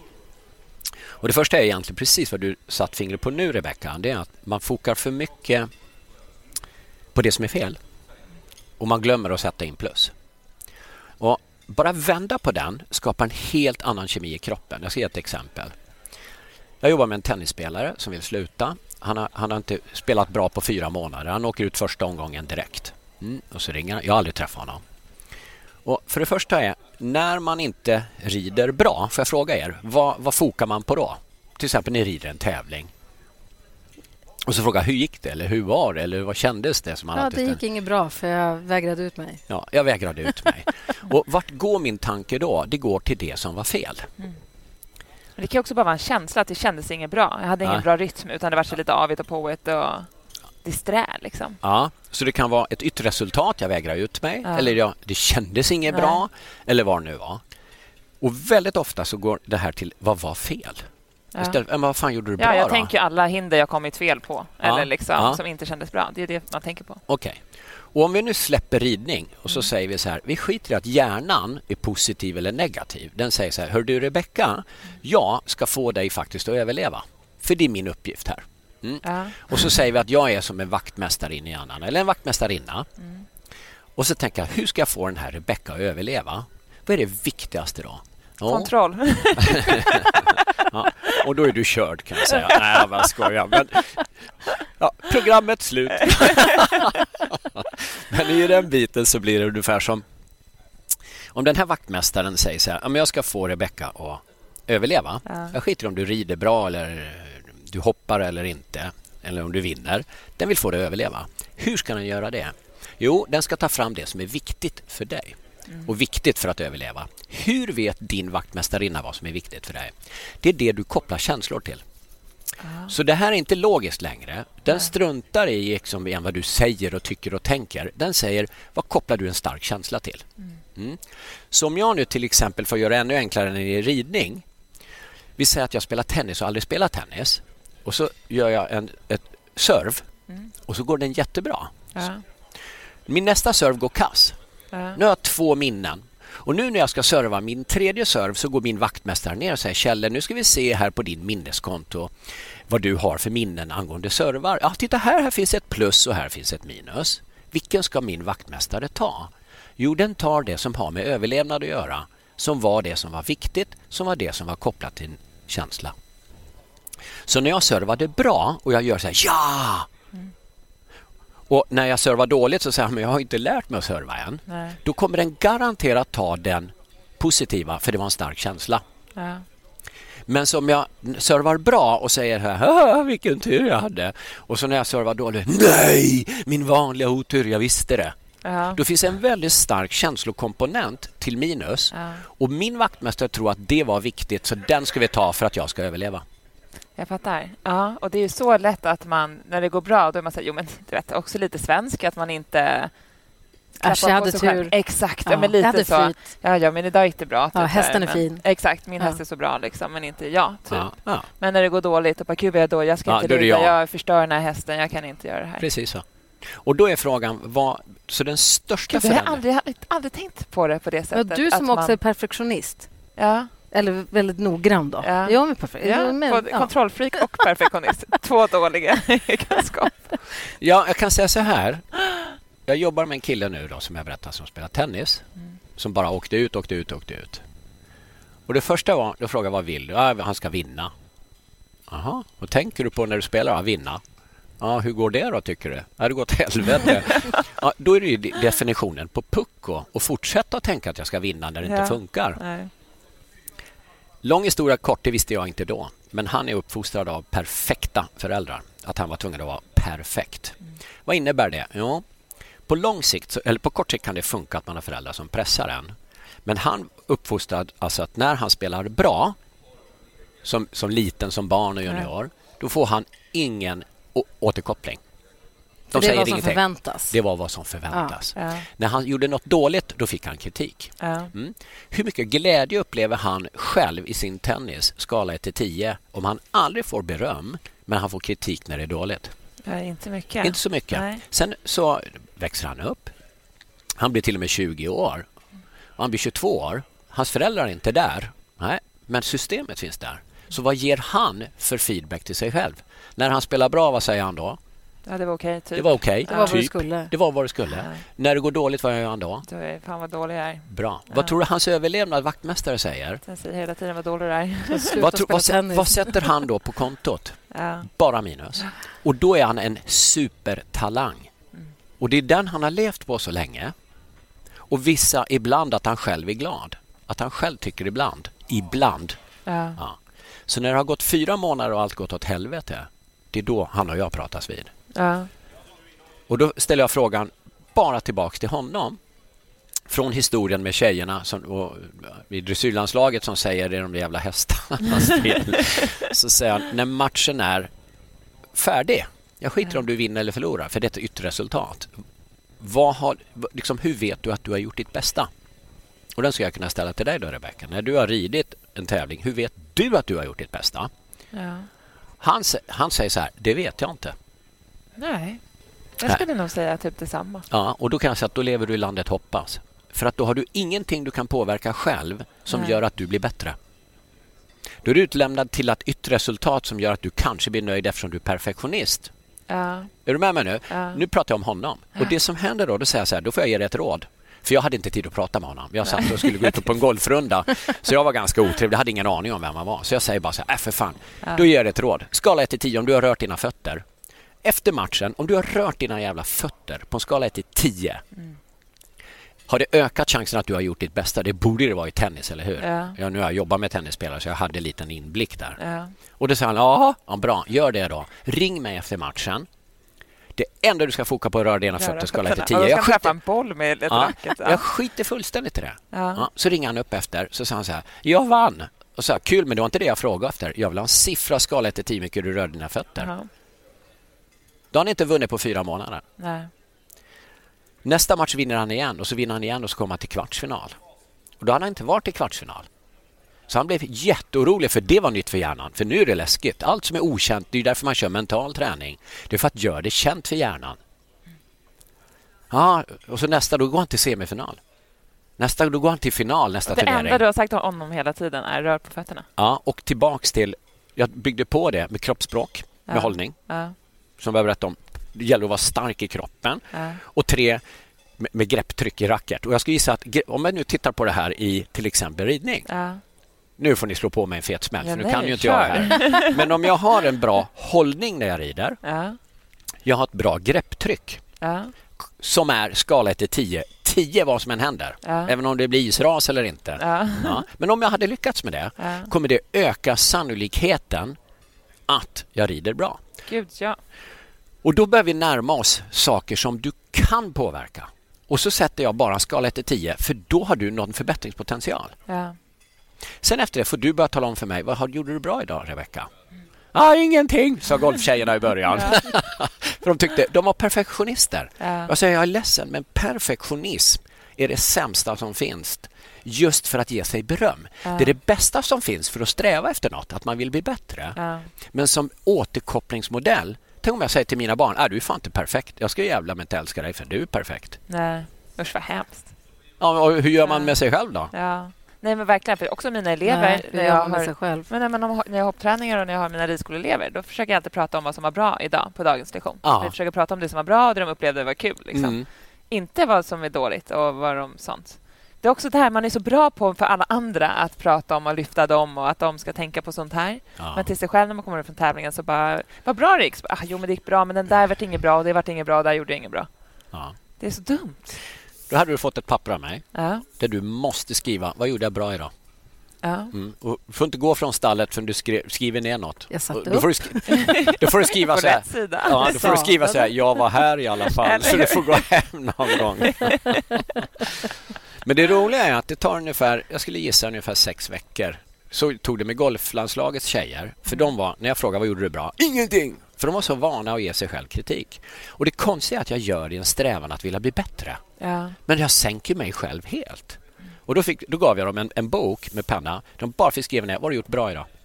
Och det första är egentligen precis vad du satt fingret på nu, Rebecca. Det är att man fokar för mycket på det som är fel. Och man glömmer att sätta in plus. Och bara vända på den skapar en helt annan kemi i kroppen. Jag ska ge ett exempel. Jag jobbar med en tennisspelare som vill sluta. Han har inte spelat bra på 4 månader. Han åker ut första omgången direkt. Och så ringer han. Jag har aldrig träffat honom. Och för det första är, när man inte rider bra, får jag fråga er, vad fokar man på då? Till exempel ni rider en tävling. Och så fråga, hur gick det? Eller hur var det? Eller vad kändes det? Som det gick inget bra för jag vägrade ut mig. Ja, jag vägrade ut mig. Och vart går min tanke då? Det går till det som var fel. Det kan också bara vara en känsla att det kändes inget bra. Jag hade ingen bra rytm, utan det var så lite avigt och påigt och disträ liksom. Ja, så det kan vara ett yttre resultat. Jag vägrar ut mig. Eller det kändes inget bra. Eller vad det nu var. Och väldigt ofta så går det här till vad var fel. Istället, men vad fan gjorde du bra jag då? tänker alla hinder jag kommit fel på. Eller liksom, som inte kändes bra. Det är det man tänker på. Okej. Och om vi nu släpper ridning och så säger vi så här, vi skiter i att hjärnan är positiv eller negativ. Den säger så här, hör du Rebecca, jag ska få dig faktiskt att överleva. För det är min uppgift här. Och så säger vi att jag är som en vaktmästare in i hjärnan, eller en vaktmästarinna. Och så tänker jag, hur ska jag få den här Rebecca att överleva? Vad är det viktigaste då? Kontroll. Ja, och då är du körd, kan jag säga. Nej, vad skojar. Men programmet slut. Men i den biten så blir det ungefär som om den här vaktmästaren säger så här, men jag ska få Rebecca att överleva. Jag skiter om du rider bra eller du hoppar eller inte, eller om du vinner. Den vill få dig att överleva. Hur ska den göra det? Jo, den ska ta fram det som är viktigt för dig. Och viktigt för att överleva. Hur vet din vaktmästarinna vad som är viktigt för dig? Det är det du kopplar känslor till. Så det här är inte logiskt längre. Den struntar i liksom vad du säger och tycker och tänker. Den säger, vad kopplar du en stark känsla till? Så om jag nu till exempel får göra ännu enklare än i ridning. Vi säger att jag spelar tennis och aldrig spelar tennis. Och så gör jag ett serve. Och så går den jättebra. Min nästa serve går kass. Nu har jag 2 minnen. Och nu när jag ska serva min tredje serve så går min vaktmästare ner och säger, Kjelle, nu ska vi se här på din minneskonto vad du har för minnen angående servar. Ja, titta här finns ett plus och här finns ett minus. Vilken ska min vaktmästare ta? Jo, den tar det som har med överlevnad att göra. Som var det som var viktigt, som var det som var kopplat till en känsla. Så när jag servade bra och jag gör så här, ja! Och när jag servar dåligt så säger jag, men jag har inte lärt mig att serva än. Nej. Då kommer den garanterat ta den positiva, för det var en stark känsla. Ja. Men som jag servar bra och säger här, vilken tur jag hade. Och så när jag servar dåligt, nej, min vanliga otur, jag visste det. Ja. Då finns en väldigt stark känslokomponent till minus. Ja. Och min vaktmästare tror att det var viktigt, så den ska vi ta för att jag ska överleva. Jag fattar. Ja, och det är ju så lätt att man, när det går bra, då är man så här, jo men du vet, också lite svensk, att man inte Äsch, jag hade tur. Själv. Exakt, Ja, men lite hade så. flyt. Ja, men idag gick det bra. Ja, hästen är men, fin. Exakt, min Ja. häst är så bra liksom, men inte jag. Typ. Ja. Men när det går dåligt och på Kuba är då, jag ska Ja, inte då är det rida, jag. jag förstör den här hästen, jag kan inte göra det här. Precis så. Och då är frågan, så den största Gud, jag har förändringen... aldrig tänkt på det på det Ja, sättet. du som att också är perfektionist. Ja, Eller väldigt noggrann då. Ja. Jag är perfektionist. ja, både kontrollfreak och perfektionist. 2 dåliga egenskaper. Ja, jag kan säga så här. Jag jobbar med en kille nu då, som jag berättade, som spelar tennis. Som bara åkte ut. Och det första var, då frågade jag, vad vill du? Ja, han ska vinna. Jaha, och tänker du på när du spelar? Ja, vinna. Ja, hur går det då, tycker du? Ja, det går till helvete. Ja, då är det ju definitionen på pucko. Och fortsätta att tänka att jag ska vinna när det inte funkar. Nej. Lång historia kort, det visste jag inte då. Men han är uppfostrad av perfekta föräldrar. Att han var tvungen att vara perfekt. Vad innebär det? Jo, på lång sikt, eller på kort sikt kan det funka att man har föräldrar som pressar en. Men han uppfostrad, alltså att när han spelar bra, som liten, som barn och junior, då får han ingen återkoppling. De det är vad som förväntas. Det var vad som förväntas. Ja. När han gjorde något dåligt, då fick han kritik. Ja. Hur mycket glädje upplever han själv i sin tennis, skala 1-10, om han aldrig får beröm, men han får kritik när det är dåligt? Ja, inte mycket. Inte så mycket. Nej. Sen så växer han upp. Han blir till och med 20 år. Och han blir 22 år. Hans föräldrar är inte där. Nej, men systemet finns där. Så vad ger han för feedback till sig själv? När han spelar bra, vad säger han då? Ja, det var okej. Typ. Det var okej. Det var vad det skulle. Det var vad det skulle. Ja. När det går dåligt, vad gör han då? Då är fan vad dålig jag är. Bra. Vad tror du hans överlevnad vaktmästare säger? Den säger hela tiden vad dålig du är. Vad sätter han då på kontot? Ja. Bara minus. Och då är han en supertalang. Och det är den han har levt på så länge. Och vissa ibland att han själv är glad. Att han själv tycker ibland. Ja. Ja. Så när det har gått 4 månader och allt gått åt helvete, det är då han och jag pratas vid. Ja. Och då ställer jag frågan bara tillbaks till honom. Från historien med tjejerna och i dressyrlandslaget som säger det är de jävla hästarnas fel. Så säger han, när matchen är färdig, jag skiter om du vinner eller förlorar, för det är ett yttre resultat. Hur vet du att du har gjort ditt bästa? Och den ska jag kunna ställa till dig då, Rebecca. När du har ridit en tävling, hur vet du att du har gjort ditt bästa? Ja. Han säger så här, det vet jag inte. Nej, jag skulle nog säga typ detsamma. Ja, och då kan jag säga att då lever du i landet hoppas. För att då har du ingenting du kan påverka själv som gör att du blir bättre. Då är du utlämnad till ett yttre resultat som gör att du kanske blir nöjd eftersom du är perfektionist. Ja. Är du med mig nu? Ja. Nu pratar jag om honom. Och det som händer då säger jag så här, då får jag ge dig ett råd. För jag hade inte tid att prata med honom. Jag satt och skulle gå ut på en golfrunda. Så jag var ganska otrevlig. Jag hade ingen aning om vem han var. Så jag säger bara så här, för fan. Då ger jag dig ett råd. Skala 1-10 om du har rört dina fötter. Efter matchen, om du har rört dina jävla fötter på en skala 1-10. Har det ökat chansen att du har gjort ditt bästa? Det borde det vara i tennis, eller hur? Ja. Nu har jag jobbat med tennisspelare så jag hade en liten inblick där. Ja. Och då säger han, ja bra, gör det då. Ring mig efter matchen. Det enda du ska foka på är att röra dina fötter, skala 1-10. Jag skiter en boll med ett racket. Jag skiter fullständigt i det. Ja. Ja, så ringer han upp efter, så sa han så här, jag vann. Och så här, kul, men det var inte det jag frågade efter. Jag vill ha en siffra skala 1-10 mycket du rörde dina fötter. Ja. Då har han inte vunnit på 4 månader. Nej. Nästa match vinner han igen och så vinner han igen och så kommer han till kvartsfinal. Och då hade han inte varit i kvartsfinal. Så han blev jätteorolig för det var nytt för hjärnan. För nu är det läskigt. Allt som är okänt, det är därför man kör mental träning. Det är för att göra det känt för hjärnan. Ja, och så nästa, då går han till semifinal. Nästa, då går han till final nästa turnering. Det enda du har sagt om honom hela tiden är rör på fötterna. Ja, och tillbaks till, jag byggde på det med kroppsspråk, med hållning. Ja. Som jag berättade om. Det gäller att vara stark i kroppen. Ja. Och 3, med grepptryck i racket. Och jag skulle gissa att om jag nu tittar på det här i till exempel ridning. Ja. Nu får ni slå på mig en fet smäll, för nu nej, kan ju inte jag här. Men om jag har en bra hållning när jag rider. Ja. Jag har ett bra grepptryck. Ja. Som är skala 1-10. 10 vad som än händer. Ja. Även om det blir isras eller inte. Ja. Ja. Men om jag hade lyckats med det kommer det öka sannolikheten att jag rider bra. Gud, ja. Och då börjar vi närma oss saker som du kan påverka. Och så sätter jag bara en skala 1-10, för då har du någon förbättringspotential. Ja. Sen efter det får du börja tala om för mig, vad gjorde du bra idag, Rebecca? Ingenting, sa golftjejerna i början. För de tyckte, de var perfektionister. Jag säger, jag är ledsen, men perfektionism är det sämsta som finns. Just för att ge sig beröm. Det är det bästa som finns för att sträva efter något, att man vill bli bättre. Men som återkopplingsmodell, tänk om jag säger till mina barn, du är fan inte perfekt. Jag ska jävla men inte älska dig för du är perfekt. Nej, usch vad hemskt. Ja, och hur gör man med sig själv då? Ja. Nej, men verkligen, för också mina elever när jag med sig själv. Men när jag har hoppträningar och när jag har mina ridskoleelever, då försöker jag alltid prata om vad som var bra idag på dagens lektion. Jag försöker prata om det som var bra och det de upplevde var kul liksom. Inte vad som är dåligt och vad de sånt. Det är också det här man är så bra på för alla andra att prata om och lyfta dem och att de ska tänka på sånt här. Men till sig själv när man kommer från tävlingen så bara, vad bra det gick. Så bara, jo men det gick bra, men den där vart inget bra och det vart inget bra och där gjorde jag inget bra. Det är så dumt. Då hade du fått ett papper av mig där du måste skriva, vad gjorde jag bra idag? Och du får inte gå från stallet förrän du skriver ner något. Jag satt upp. Då får du skriva så här. Då får du skriva så här, jag var här i alla fall. Så du får gå hem någon gång. Men det roliga är att det tar ungefär, jag skulle gissa ungefär 6 veckor. Så tog det med golflandslagets tjejer. För de var, när jag frågade vad gjorde du bra? Ingenting! För de var så vana att ge sig själv kritik. Och det konstiga är att jag gör det i en strävan att vilja bli bättre. Men jag sänker mig själv helt. Och då gav jag dem en bok med penna. De bara fick skriva ner, vad har du gjort bra idag?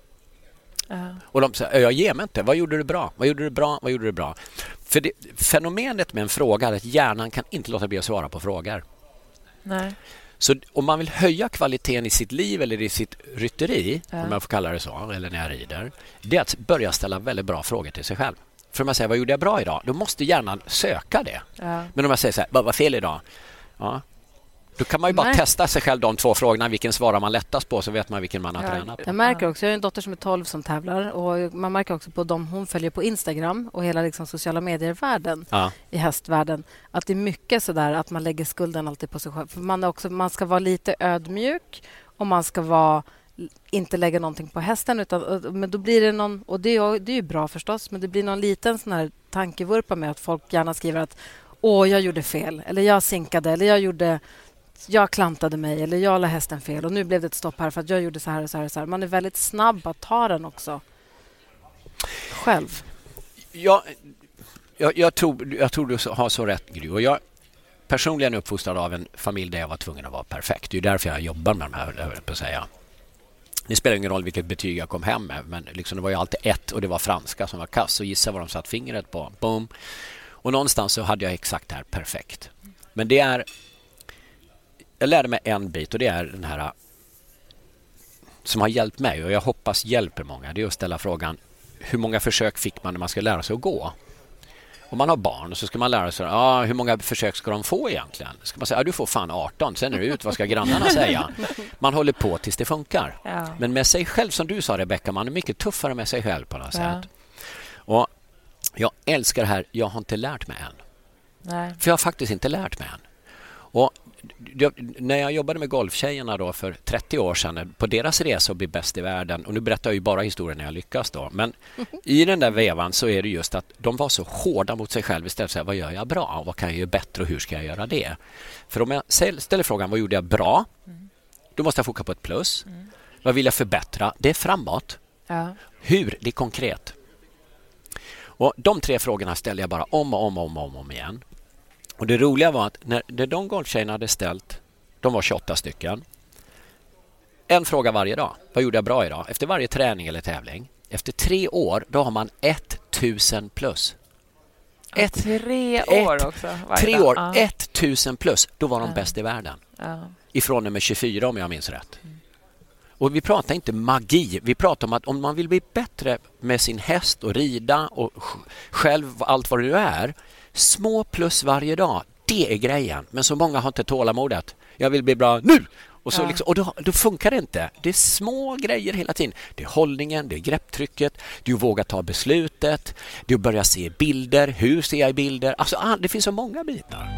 Och de sa, jag ger mig inte. Vad gjorde du bra? Vad gjorde du bra? Vad gjorde du bra? För fenomenet med en fråga är att hjärnan kan inte låta bli att svara på frågor. Nej. Så om man vill höja kvaliteten i sitt liv eller i sitt rytteri, om jag får kalla det så, eller när jag rider, det är att börja ställa väldigt bra frågor till sig själv. För om man säger, vad gjorde jag bra idag? Då måste hjärnan söka det. Men om jag säger så här, vad var fel idag? Då kan man ju bara testa sig själv de 2 frågorna. Vilken svarar man lättast på, så vet man vilken man har tränat på. Jag märker också, jag har en dotter som är 12 som tävlar. Och man märker också på dem hon följer på Instagram och hela liksom sociala medier-världen i hästvärlden. Att det är mycket så där att man lägger skulden alltid på sig själv. För man ska vara lite ödmjuk och man ska inte lägga någonting på hästen. Men då blir det någon, och det är ju bra förstås, men det blir någon liten sån här tankevurpa med att folk gärna skriver att jag gjorde fel, eller jag sinkade, eller jag klantade mig eller jag la hästen fel och nu blev det ett stopp här för att jag gjorde så här och så här och så här. Man är väldigt snabb att ta den också. Själv. Jag tror du har så rätt, Gry. Och jag personligen är uppfostrad av en familj där jag var tvungen att vara perfekt. Det är därför jag jobbar med de här, på att säga. Det spelar ingen roll vilket betyg jag kom hem med, men liksom det var ju alltid 1 och det var franska som var kass. Så gissa vad de satt fingret på. Boom. Och någonstans så hade jag exakt det här perfekt. Men det är... Jag lärde mig en bit och det är den här som har hjälpt mig och jag hoppas hjälper många. Det är att ställa frågan, hur många försök fick man när man ska lära sig att gå? Om man har barn så ska man lära sig, hur många försök ska de få egentligen? Ska man säga, du får fan 18, sen är det ut, vad ska grannarna säga? Man håller på tills det funkar. Men med sig själv, som du sa Rebecca, man är mycket tuffare med sig själv på något sätt. Och jag älskar det här, jag har inte lärt mig än. Nej. För jag har faktiskt inte lärt mig än. Och när jag jobbade med golftjejerna då för 30 år sedan på deras resa att bli bäst i världen, och nu berättar jag ju bara historien när jag lyckas då, men i den där vevan så är det just att de var så hårda mot sig själv istället för att säga, vad gör jag bra? Vad kan jag göra bättre och hur ska jag göra det? För om jag ställer frågan, vad gjorde jag bra? Då måste jag fokusera på ett plus. Vad vill jag förbättra? Det är framåt. Ja. Hur? Det är konkret. Och de 3 frågorna ställde jag bara om igen. Och det roliga var att när de golftjejerna hade ställt, de var 28 stycken. En fråga varje dag. Vad gjorde jag bra idag? Efter varje träning eller tävling. Efter 3 år, då har man 1000 plus. 3 år också. 3 år, 1000 plus. Då var de bäst i världen. Ifrån nummer 24 om jag minns rätt. Och vi pratar inte magi. Vi pratar om att om man vill bli bättre med sin häst och rida och själv allt vad det nu är. Små plus varje dag. Det är grejen. Men så många har inte tålamodet. Jag vill bli bra nu. Och, så liksom, och då funkar det inte. Det är små grejer hela tiden. Det är hållningen, det är grepptrycket. Du vågar ta beslutet. Du börjar se bilder. Hur ser jag bilder? Alltså, det finns så många bitar.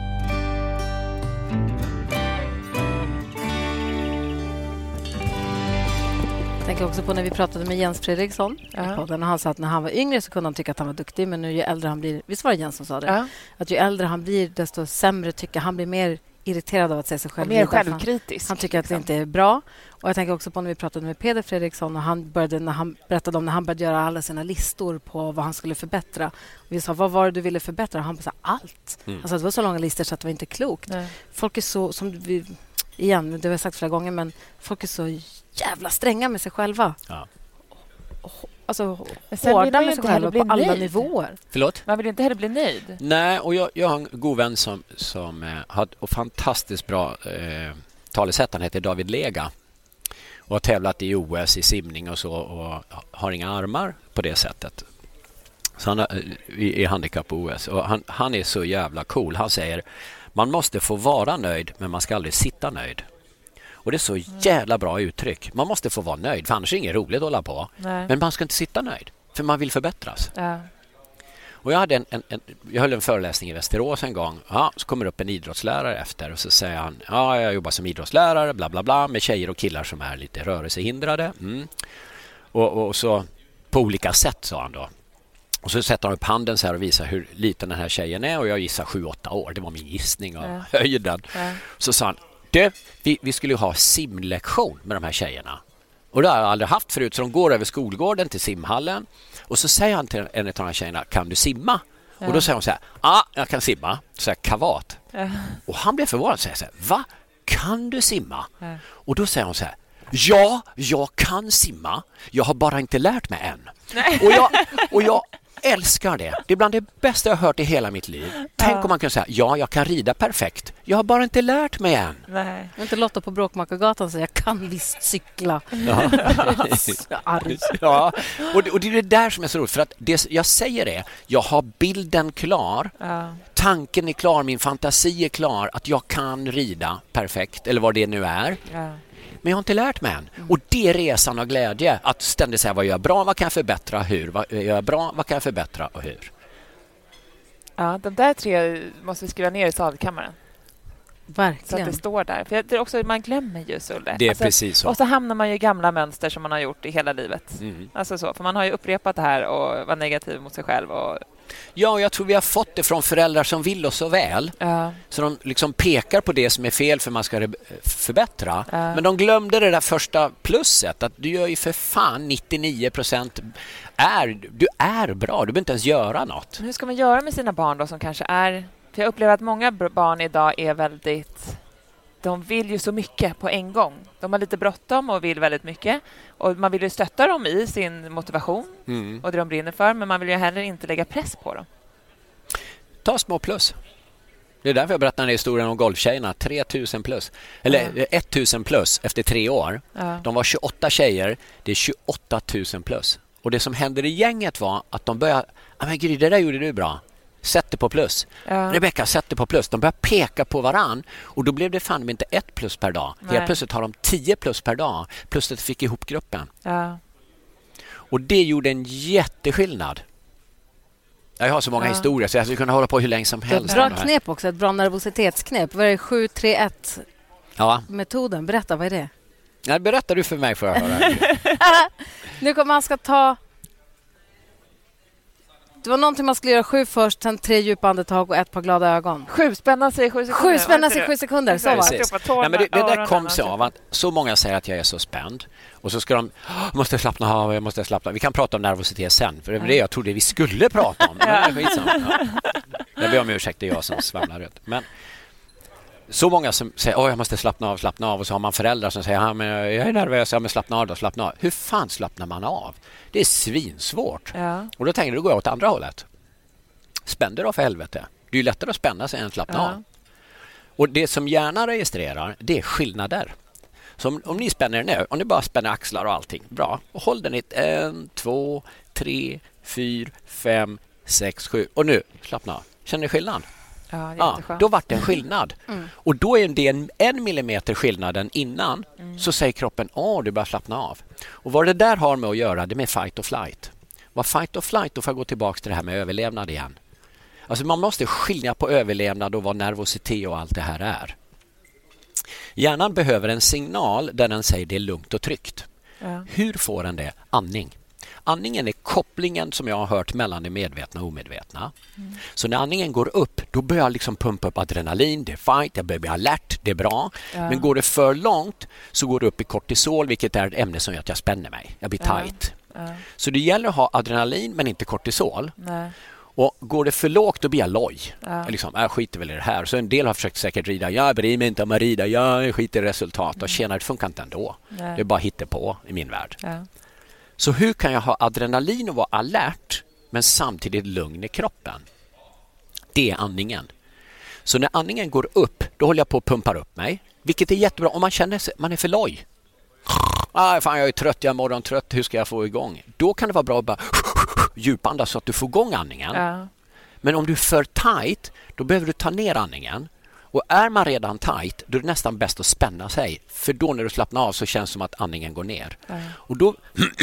Jag tänker också på när vi pratade med Jens Fredriksson i podden. Han sa att när han var yngre så kunde han tycka att han var duktig. Men nu ju äldre han blir... Visst var det Jens som sa det? Ja. Att ju äldre han blir desto sämre tycker han blir mer irriterad av att se sig själv. Och mer självkritisk. Han tycker att det inte är bra. Och jag tänker också på när vi pratade med Peder Fredriksson och han berättade om när han började göra alla sina listor på vad han skulle förbättra. Och vi sa, vad var det du ville förbättra? Och han sa, allt. Alltså det var så långa listor så att det var inte klokt. Nej. Folk är så, som vi... Igen, det har jag sagt flera gånger, men folk är så jävla stränga med sig själva. Ja. Alltså hårda med sig själva på alla nivåer. Förlåt? Man vill inte heller bli nöjd. Nej, och jag har en god vän som har ett fantastiskt bra talesätt. Han heter David Lega och har tävlat i OS i simning och så och har inga armar på det sättet. Så han är handikapp-OS och han är så jävla cool. Han säger, man måste få vara nöjd men man ska aldrig sitta nöjd. Och det är så jävla bra uttryck. Man måste få vara nöjd, för annars är det inget roligt att hålla på. Nej. Men man ska inte sitta nöjd, för man vill förbättras. Ja. Och jag höll en föreläsning i Västerås en gång. Ja, så kommer upp en idrottslärare efter och så säger han, ja, jag jobbar som idrottslärare, bla bla bla, med tjejer och killar som är lite rörelsehindrade. Och så på olika sätt, sa han då. Och så sätter han upp handen så här och visar hur liten den här tjejen är. Och jag gissar 7-8 år. Det var min gissning av höjden. Ja. Så sa han, vi skulle ha simlektion med de här tjejerna. Och det har jag aldrig haft förut. Så de går över skolgården till simhallen. Och så säger han till en av de här tjejerna, kan du simma? Ja. Och då säger hon så här, jag kan simma. Så här, kavat. Ja. Och han blev förvånad och säger så här, va? Kan du simma? Ja. Och då säger hon så här, ja, jag kan simma. Jag har bara inte lärt mig än. Och jag älskar det. Det är bland det bästa jag har hört i hela mitt liv. Tänk om man kan säga, ja, jag kan rida perfekt. Jag har bara inte lärt mig än. Nej. Jag inte Lotta på Bråkmakargatan säger, jag kan visst cykla. Ja. Ja. Och det är det där som är så roligt. För att det jag säger är, jag har bilden klar. Ja. Tanken är klar, min fantasi är klar. Att jag kan rida perfekt, eller vad det nu är. Ja. Men jag har inte lärt mig än. Och det är resan av glädje. Att ständigt säga, vad gör jag bra, vad kan jag förbättra, hur? Vad gör jag bra, vad kan jag förbättra och hur? Ja, de där 3 måste vi skriva ner i salkammaren. Verkligen. Så att det står där. För det är också, man glömmer ju så. Det är precis så. Och så hamnar man ju i gamla mönster som man har gjort i hela livet. Alltså så, för man har ju upprepat det här och var negativ mot sig själv. Ja, jag tror vi har fått det från föräldrar som vill oss så väl. Ja. Så de liksom pekar på det som är fel för man ska förbättra. Ja. Men de glömde det där första plusset. Att du gör ju för fan 99% du är bra. Du behöver inte ens göra något. Hur ska man göra med sina barn då som kanske är... För jag upplever att många barn idag är väldigt... De vill ju så mycket på en gång. De har lite bråttom och vill väldigt mycket. Och man vill ju stötta dem i sin motivation och det de brinner för. Men man vill ju heller inte lägga press på dem. Ta små plus. Det är därför jag berättar den här historien om golftjejerna. 3000 plus. Eller 1000 plus efter 3 år. Ja. De var 28 tjejer. Det är 28 000 plus. Och det som hände i gänget var att de började... Men gud, det där gjorde du bra. Sätt det på plus. Ja. Rebecka, sätt det på plus. De började peka på varann. Och då blev det fan inte 1 plus per dag. Helt plötsligt har de 10 plus per dag. Plus att de fick ihop gruppen. Ja. Och det gjorde en jätteskillnad. Jag har så många historier så jag skulle kunna hålla på hur länge som helst. Ett bra knep också. Ett bra nervositetsknep. Vad är det? 7-3-1 metoden? Berätta, vad är det? Ja, berättar du för mig för att höra. Nu kommer man ska ta... Det var någonting man skulle göra 7 först, sen 3 djupa andetag och 1 par glada ögon. 7 spänna sig i 7 sekunder. 7 spänna sig i 7 sekunder, så var det. Men det där kom sig av att så många säger att jag är så spänd. Och så ska de, måste slappna av, jag måste slappna av. Vi kan prata om nervositet sen, för det var det jag trodde vi skulle prata om. Jag ber om ursäkt, det är jag som svamlar ut. Men så många som säger, jag måste slappna av. Och så har man föräldrar som säger, men jag är nervös, men slappna av. Hur fan slappnar man av? Det är svinsvårt. Ja. Och då tänker du gå åt andra hållet. Spänn dig då för helvete. Det är ju lättare att spänna sig än att slappna av. Och det som hjärnan registrerar, det är skillnader. Så om ni spänner nu, om ni bara spänner axlar och allting, bra. Och håll den i 1, 2, 3, 4, 5, 6, 7. Och nu, slappna av. Känner ni skillnad? Ja, då vart det en skillnad. Och då är det en millimeter skillnaden innan. Så säger kroppen, du börjar slappna av. Och vad det där har med att göra, det är med fight or flight. Vad fight or flight, då får jag gå tillbaka till det här med överlevnad igen. Alltså man måste skilja på överlevnad och vad nervositet och allt det här är. Hjärnan behöver en signal där den säger det är lugnt och tryggt. Ja. Hur får den det? Andning. Andningen är kopplingen som jag har hört mellan det medvetna och omedvetna. Så när andningen går upp, då börjar jag liksom pumpa upp adrenalin, det är fight, jag börjar bli alert, det är bra. Ja. Men går det för långt så går det upp i kortisol, vilket är ett ämne som gör att jag spänner mig. Jag blir tight. Ja. Så det gäller att ha adrenalin men inte kortisol. Nej. Och går det för lågt, då blir jag loj. Jag skiter väl i det här. Så en del har försökt säkert rida. Jag bryr mig inte om att rida. Jag skiter i resultat. Och tjänar, det funkar inte ändå. Nej. Det är bara hittepå i min värld. Ja. Så hur kan jag ha adrenalin och vara alert men samtidigt lugn i kroppen? Det är andningen. Så när andningen går upp, då håller jag på att pumpa upp mig. Vilket är jättebra om man känner sig, man är för loj. Fan, jag är trött, jag är morgontrött. Hur ska jag få igång? Då kan det vara bra att bara djupandas så att du får igång andningen. Ja. Men om du är för tight, då behöver du ta ner andningen. Och är man redan tight, då är det nästan bäst att spänna sig. För då när du slappnar av så känns det som att andningen går ner. Och då,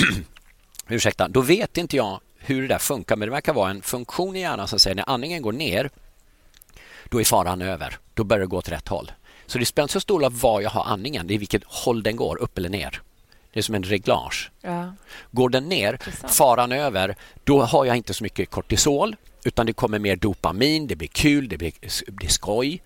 då vet inte jag hur det där funkar. Men det verkar vara en funktion i hjärnan som säger när andningen går ner, då är faran över. Då börjar det gå åt rätt håll. Så det spelar så stor roll var jag har andningen. Det är vilket håll den går, upp eller ner. Det är som en reglage. Ja. Går den ner, faran över, då har jag inte så mycket kortisol. Utan det kommer mer dopamin, det blir kul, det blir skoj.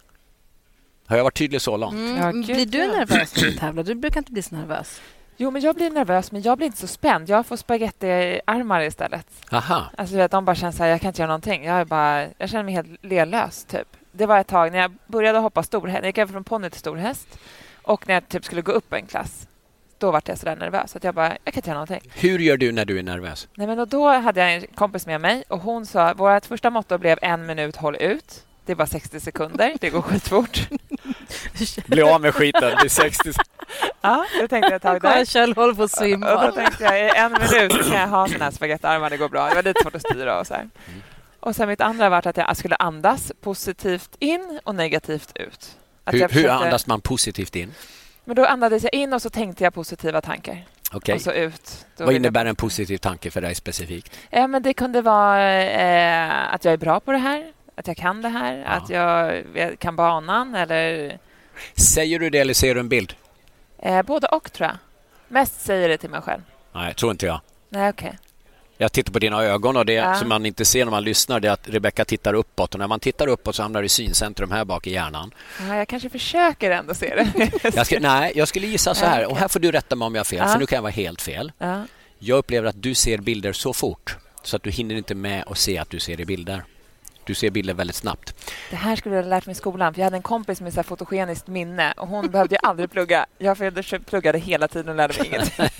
Har jag varit tydlig så långt? Ja, blir du nervös när du tävlar? Du brukar inte bli så nervös. Jo, men jag blir nervös, men jag blir inte så spänd. Jag får spagettiarmar istället. Aha. Alltså de bara känner så här, jag kan inte göra någonting. Jag känner mig helt lelös typ. Det var ett tag när jag började hoppa storhäst. Jag gick över från ponny till storhäst. Och när jag typ skulle gå upp en klass, då var jag så där nervös. Att jag kan inte göra någonting. Hur gör du när du är nervös? Nej, men då hade jag en kompis med mig. Och hon sa, vårt första motto blev 1 minut, håll ut. Det var 60 sekunder. Det går skitfort. Bli av med skiten. Det är 60 Ja, det tänkte jag ett tag där. Kjell håller på att svimma. Och då tänkte jag, i 1 minut så kan jag ha såna här spagettiarmar. Det går bra. Det var lite svårt att styra och så här. Och sen mitt andra var att jag skulle andas positivt in och negativt ut. Hur andas man positivt in? Men då andades jag in och så tänkte jag positiva tankar. Okay. Och så ut. Vad innebär en positiv tanke för dig specifikt? Men det kunde vara att jag är bra på det här. Att jag kan det här. Att jag kan banan. Eller... Säger du det eller ser du en bild? Både och tror jag. Mest säger det till mig själv. Nej, tror inte jag. Nej, okej. Jag tittar på dina ögon och det som man inte ser när man lyssnar, det är att Rebecca tittar uppåt. Och när man tittar uppåt så hamnar det i syncentrum här bak i hjärnan. Ja, jag kanske försöker ändå se det. Jag skulle gissa så här. Och här får du rätta mig om jag har fel, för nu kan jag vara helt fel. Ja. Jag upplever att du ser bilder så fort så att du hinner inte med att se att du ser i bilder. Du ser bilder väldigt snabbt. Det här skulle jag ha lärt mig i skolan. För jag hade en kompis med så här fotogeniskt minne. Och hon behövde ju aldrig plugga. Jag pluggade hela tiden och lärde mig ingenting.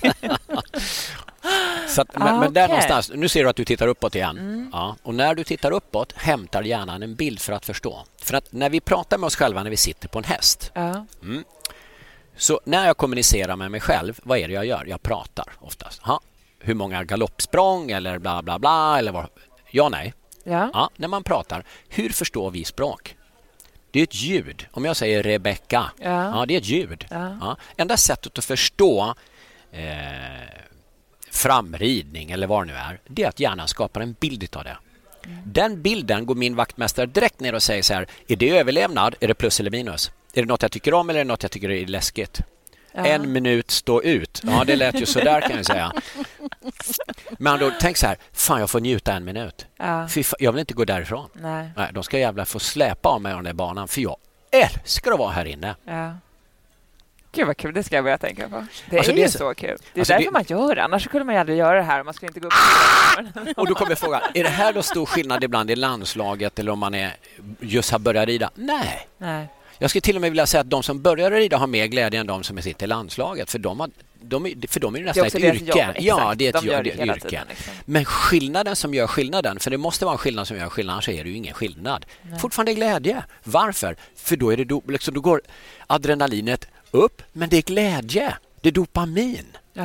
Så att, men där någonstans, nu ser du att du tittar uppåt igen. Ja, och när du tittar uppåt hämtar hjärnan en bild för att förstå. För att när vi pratar med oss själva när vi sitter på en häst. Så när jag kommunicerar med mig själv, vad är det jag gör? Jag pratar oftast. Hur många galoppsprång eller bla bla bla. Eller vad? Ja, nej. Ja, när man pratar, hur förstår vi språk? Det är ett ljud. Om jag säger Rebecca, det är ett ljud. Ja. Enda sättet att förstå framridning eller vad det nu är, det är att hjärnan skapar en bild av det. Den bilden går min vaktmästare direkt ner och säger så här, är det överlevnad? Är det plus eller minus? Är det något jag tycker om eller är det något jag tycker är läskigt? En minut stå ut. Ja, det lät ju så där kan jag säga. Men då tänk så här, fan jag får njuta en minut. Jag vill inte gå därifrån. Nej, de ska jävla få släpa av mig av den där banan, för jag älskar att vara här inne. Ja. Gud vad kul, det ska jag börja tänka på. Det är ju så kul. Det är därför man gör det. Annars skulle man ju aldrig göra det här. Man skulle inte gå upp. Och då kommer jag fråga, är det här då stor skillnad ibland i landslaget eller om man just har börjat rida? Nej. Jag skulle till och med vilja säga att de som börjar rida har mer glädje än de som sitter i landslaget. För de är ju nästan ett yrke. Ja, det är ett yrke. Liksom. Men skillnaden som gör skillnaden, för det måste vara en skillnad som gör skillnaden, så är det ju ingen skillnad. Nej. Fortfarande glädje. Varför? För då är det liksom, då går adrenalinet upp, men det är glädje. Det är dopamin.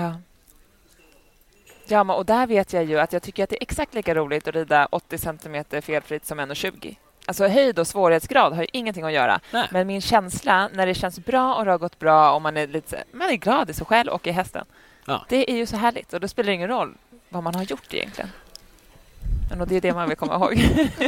Ja, och där vet jag ju att jag tycker att det är exakt lika roligt att rida 80 cm felfritt som 1,20. Alltså höjd och svårighetsgrad har ju ingenting att göra. Nej. Men min känsla när det känns bra och det har gått bra och man är glad i sig själv och i hästen. Ja. Det är ju så härligt och då spelar det ingen roll vad man har gjort egentligen. Men det är det man vill komma ihåg.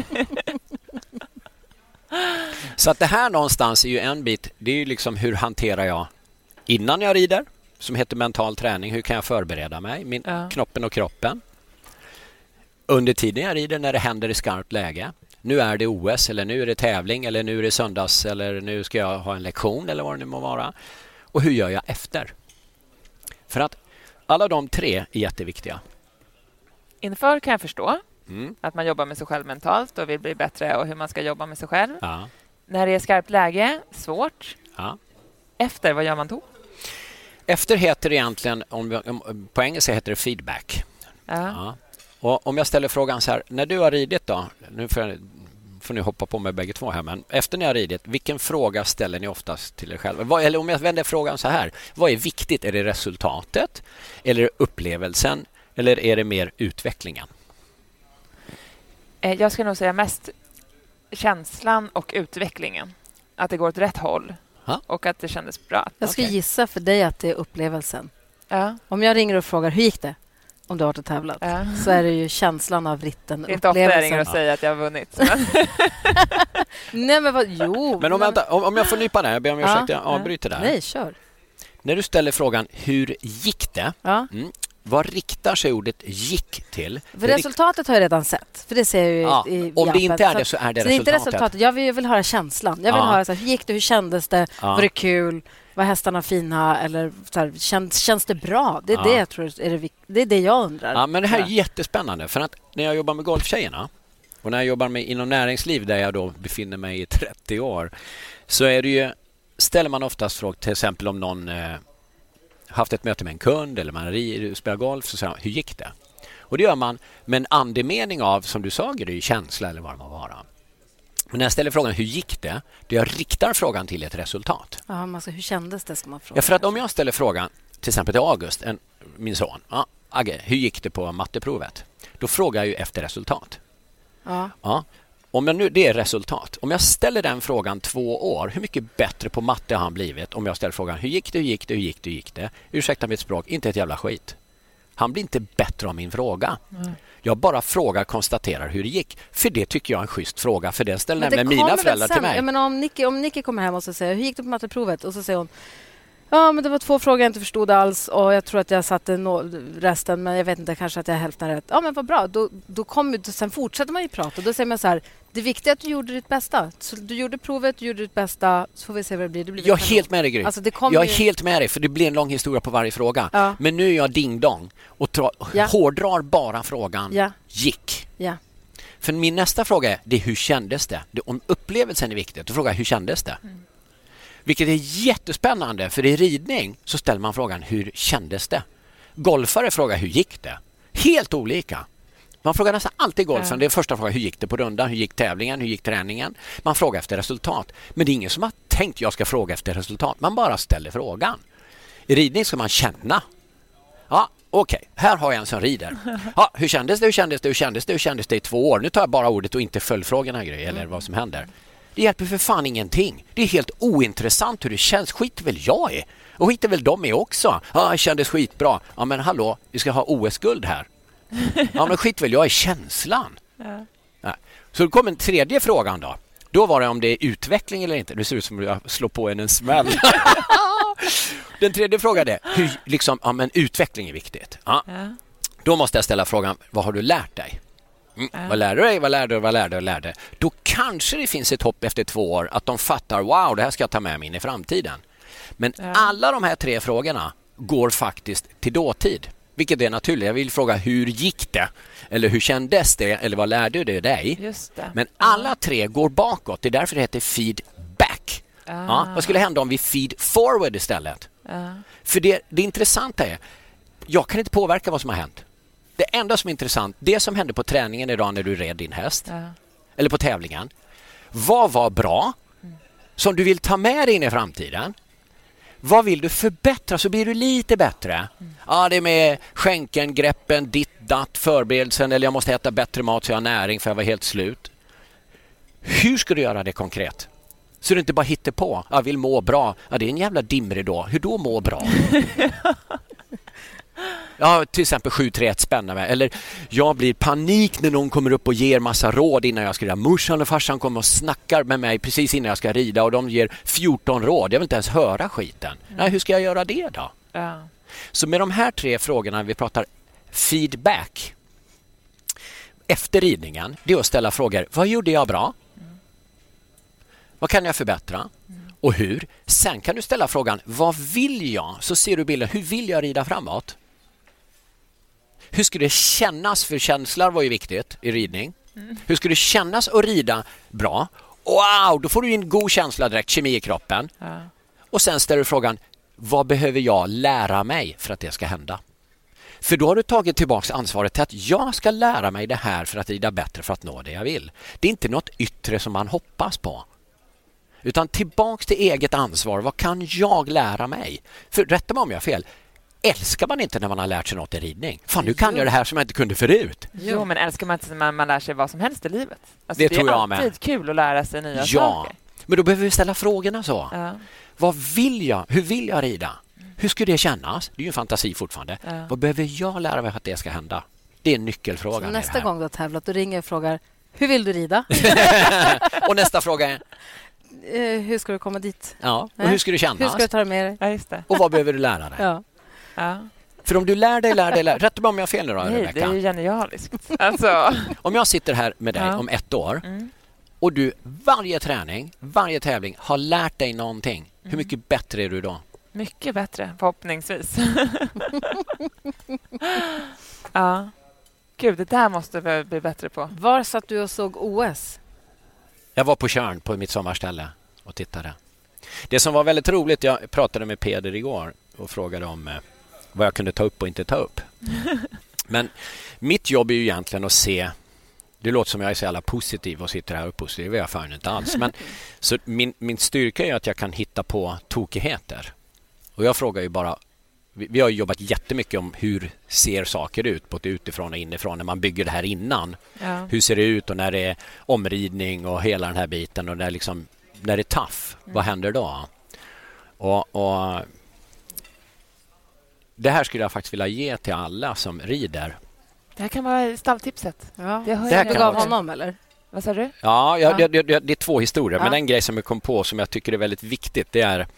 Så att det här någonstans är ju en bit. Det är ju liksom hur hanterar jag innan jag rider, som heter mental träning. Hur kan jag förbereda mig? Knoppen och kroppen. Under tiden jag rider när det händer i skarpt läge. Nu är det OS eller nu är det tävling eller nu är det söndags eller nu ska jag ha en lektion eller vad det nu må vara. Och hur gör jag efter? För att alla de tre är jätteviktiga. Inför kan jag förstå att man jobbar med sig själv mentalt och vill bli bättre och hur man ska jobba med sig själv. Ja. När det är skarpt läge, svårt. Ja. Efter, vad gör man då? Efter heter det egentligen, på engelska heter det feedback. Ja. Och om jag ställer frågan så här, när du har ridit då, nu får ni hoppa på mig bägge två här, men efter ni har ridit, vilken fråga ställer ni oftast till er själva? Eller om jag vänder frågan så här, vad är viktigt? Är det resultatet? Eller är det upplevelsen? Eller är det mer utvecklingen? Jag ska nog säga mest känslan och utvecklingen. Att det går åt rätt håll. Och att det kändes bra. Jag ska gissa för dig att det är upplevelsen. Ja. Om jag ringer och frågar, hur gick det? Om du har varit och tävlat. Så är det ju känslan av ritten. Det är inte ofta jag ringer och säger att jag har vunnit. Nej, men jo. Men om jag får nypa där, jag ber om ursäkt, jag avbryter där. Nej, kör. När du ställer frågan, hur gick det? Vad riktar sig ordet gick till? För resultatet har jag redan sett. För det ser jag ju i om det inte är det så är det resultatet. Det är inte resultatet. Jag vill höra känslan. Jag vill höra så här, hur gick det? Hur kändes det? Var det kul? Var hästarna fina? Eller så här, känns det bra? Det är det jag tror det är det jag undrar. Ja, men det här är jättespännande. För att när jag jobbar med golftjejerna och när jag jobbar med inom näringsliv där jag då befinner mig i 30 år, så är det ju, ställer man oftast frågor till exempel om någon haft ett möte med en kund eller man spelar golf, så säger man, hur gick det? Och det gör man med en andemening av, som du sa, det är ju känsla eller vad det må vara. Men när jag ställer frågan, hur gick det? Då jag riktar frågan till ett resultat. Ja, alltså, hur kändes det ska man fråga. Ja, för att om jag ställer frågan till exempel till August, min son, Agge, hur gick det på matteprovet? Då frågar jag ju efter resultat. Ja. Om jag nu, det är resultat. Om jag ställer den frågan 2 år, hur mycket bättre på matte har han blivit? Om jag ställer frågan, hur gick det? Ursäkta mitt språk, inte ett jävla skit. Han blir inte bättre av min fråga. Jag bara konstaterar hur det gick. För det tycker jag är en schysst fråga. För det ställer nämligen mina föräldrar till mig. Jag menar, om Nicky kommer hem och så säger, hur gick det på matteprovet? Och så säger hon, ja, men det var 2 frågor jag inte förstod alls och jag tror att jag satte resten, men jag vet inte, kanske att jag hälften rätt. Ja, men vad bra. Sen fortsätter man ju prata. Då säger man så här, det viktiga är att du gjorde ditt bästa. Så du gjorde provet, du gjorde ditt bästa, så får vi se vad det blir. Jag är helt med dig, Gry. Alltså, jag är helt med dig, för det blir en lång historia på varje fråga. Ja. Men nu är jag ding-dong och hårdrar bara frågan gick. Ja. För min nästa fråga är hur kändes det? Om upplevelsen är viktig, då frågar jag hur kändes det? Vilket är jättespännande, för i ridning så ställer man frågan, hur kändes det? Golfare frågar, hur gick det? Helt olika. Man frågar nästan alltid golfen. Det är första frågan, hur gick det på rundan? Hur gick tävlingen? Hur gick träningen? Man frågar efter resultat. Men det är ingen som har tänkt jag ska fråga efter resultat. Man bara ställer frågan. I ridning ska man känna. Ja, okej. Här har jag en som rider. Ja, hur kändes det i 2 år? Nu tar jag bara ordet och inte följdfrågorna eller vad som händer. Det hjälper för fan ingenting. Det är helt ointressant hur det känns. Skit väl jag är. Och skit väl de är också. Ja, det kändes skitbra. Ja, men hallå, vi ska ha OS-guld här. Ja, men skit väl jag är känslan. Ja. Så då kom en tredje frågan då. Då var det om det är utveckling eller inte. Det ser ut som att jag slår på en smäll. Den tredje frågan är, men utveckling är viktigt. Ja. Då måste jag ställa frågan, vad har du lärt dig? Vad lärde du dig? Vad lärde dig? Då kanske det finns ett hopp efter 2 år att de fattar, wow, det här ska jag ta med mig in i framtiden. Men alla de här 3 frågorna går faktiskt till dåtid. Vilket är naturligt. Jag vill fråga, hur gick det? Eller hur kändes det? Eller vad lärde du dig? Just det. Men alla 3 går bakåt. Det är därför det heter feedback. Ja, vad skulle hända om vi feed forward istället? För det intressanta är, jag kan inte påverka vad som har hänt. Det enda som är intressant, det som hände på träningen idag när du red din häst, eller på tävlingen, vad var bra som du vill ta med dig in i framtiden? Vad vill du förbättra så blir du lite bättre? Ja, det är med skänken, greppen, ditt, datt, förberedelsen, eller jag måste äta bättre mat så jag har näring för jag var helt slut. Hur ska du göra det konkret? Så du inte bara hittar på. Jag vill må bra. Ja, det är en jävla dimridå. Hur då må bra? Ja, till exempel 7-3-1 spännande. Eller jag blir panik när någon kommer upp och ger massa råd innan jag ska rida. Morsan och farsan kommer och snackar med mig precis innan jag ska rida och de ger 14 råd. Jag vill inte ens höra skiten. Nej, hur ska jag göra det då? Så med de här 3 frågorna, vi pratar feedback efter ridningen, det är att ställa frågor. Vad gjorde jag bra? Vad kan jag förbättra? Och hur? Sen kan du ställa frågan, vad vill jag? Så ser du bilden, hur vill jag rida framåt? Hur skulle det kännas? För känslan var ju viktigt i ridning. Hur skulle det kännas att rida bra? Wow, då får du en god känsla direkt, kemi i kroppen. Och sen ställer du frågan, vad behöver jag lära mig för att det ska hända? För då har du tagit tillbaka ansvaret till att jag ska lära mig det här för att rida bättre för att nå det jag vill. Det är inte något yttre som man hoppas på. Utan tillbaks till eget ansvar. Vad kan jag lära mig? För rätta mig om jag har fel. Älskar man inte när man har lärt sig något i ridning? Fan, nu kan jag det här som jag inte kunde förut. Jo, men älskar man inte när man lär sig vad som helst i livet? Alltså, det tror jag med. Det är alltid kul att lära sig nya saker. Men då behöver vi ställa frågorna så. Vad vill jag? Hur vill jag rida? Hur skulle det kännas? Det är ju en fantasi fortfarande. Vad behöver jag lära mig för att det ska hända? Det är en nyckelfråga. Så nästa gång du har tävlat, då ringer och frågar, hur vill du rida? Och nästa fråga är... hur ska du komma dit? Ja, och hur ska du kännas? Hur ska du ta det med dig? Ja, just det. Och vad behöver du lära dig? För om du lär dig. Rätt mig om jag har fel nu då, Nej, Rebecka. det är ju genialiskt. Alltså. Om jag sitter här med dig om 1 år och du varje träning, varje tävling har lärt dig någonting. Hur mycket bättre är du då? Mycket bättre, förhoppningsvis. Ja. Gud, det där måste vi bli bättre på. Var satt du och såg OS? Jag var på Tjörn på mitt sommarställe och tittade. Det som var väldigt roligt, jag pratade med Peder igår och frågade om vad jag kunde ta upp och inte ta upp. Men mitt jobb är ju egentligen att se, det låter som jag är så jävla positiv och sitter här och positiv, det är jag fan inte alls. Men, så min styrka är att jag kan hitta på tokigheter. Och jag frågar ju bara, vi har jobbat jättemycket om hur ser saker ut både utifrån och inifrån när man bygger det här innan. Hur ser det ut och när det är omridning och hela den här biten och när det är tough, vad händer då? Och det här skulle jag faktiskt vilja ge till alla som rider. Det här kan vara stalltipset. Ja. Det här du gav honom, eller? Vad sa du? Ja, det är 2 historier. Men en grej som jag kom på som jag tycker är väldigt viktigt, det är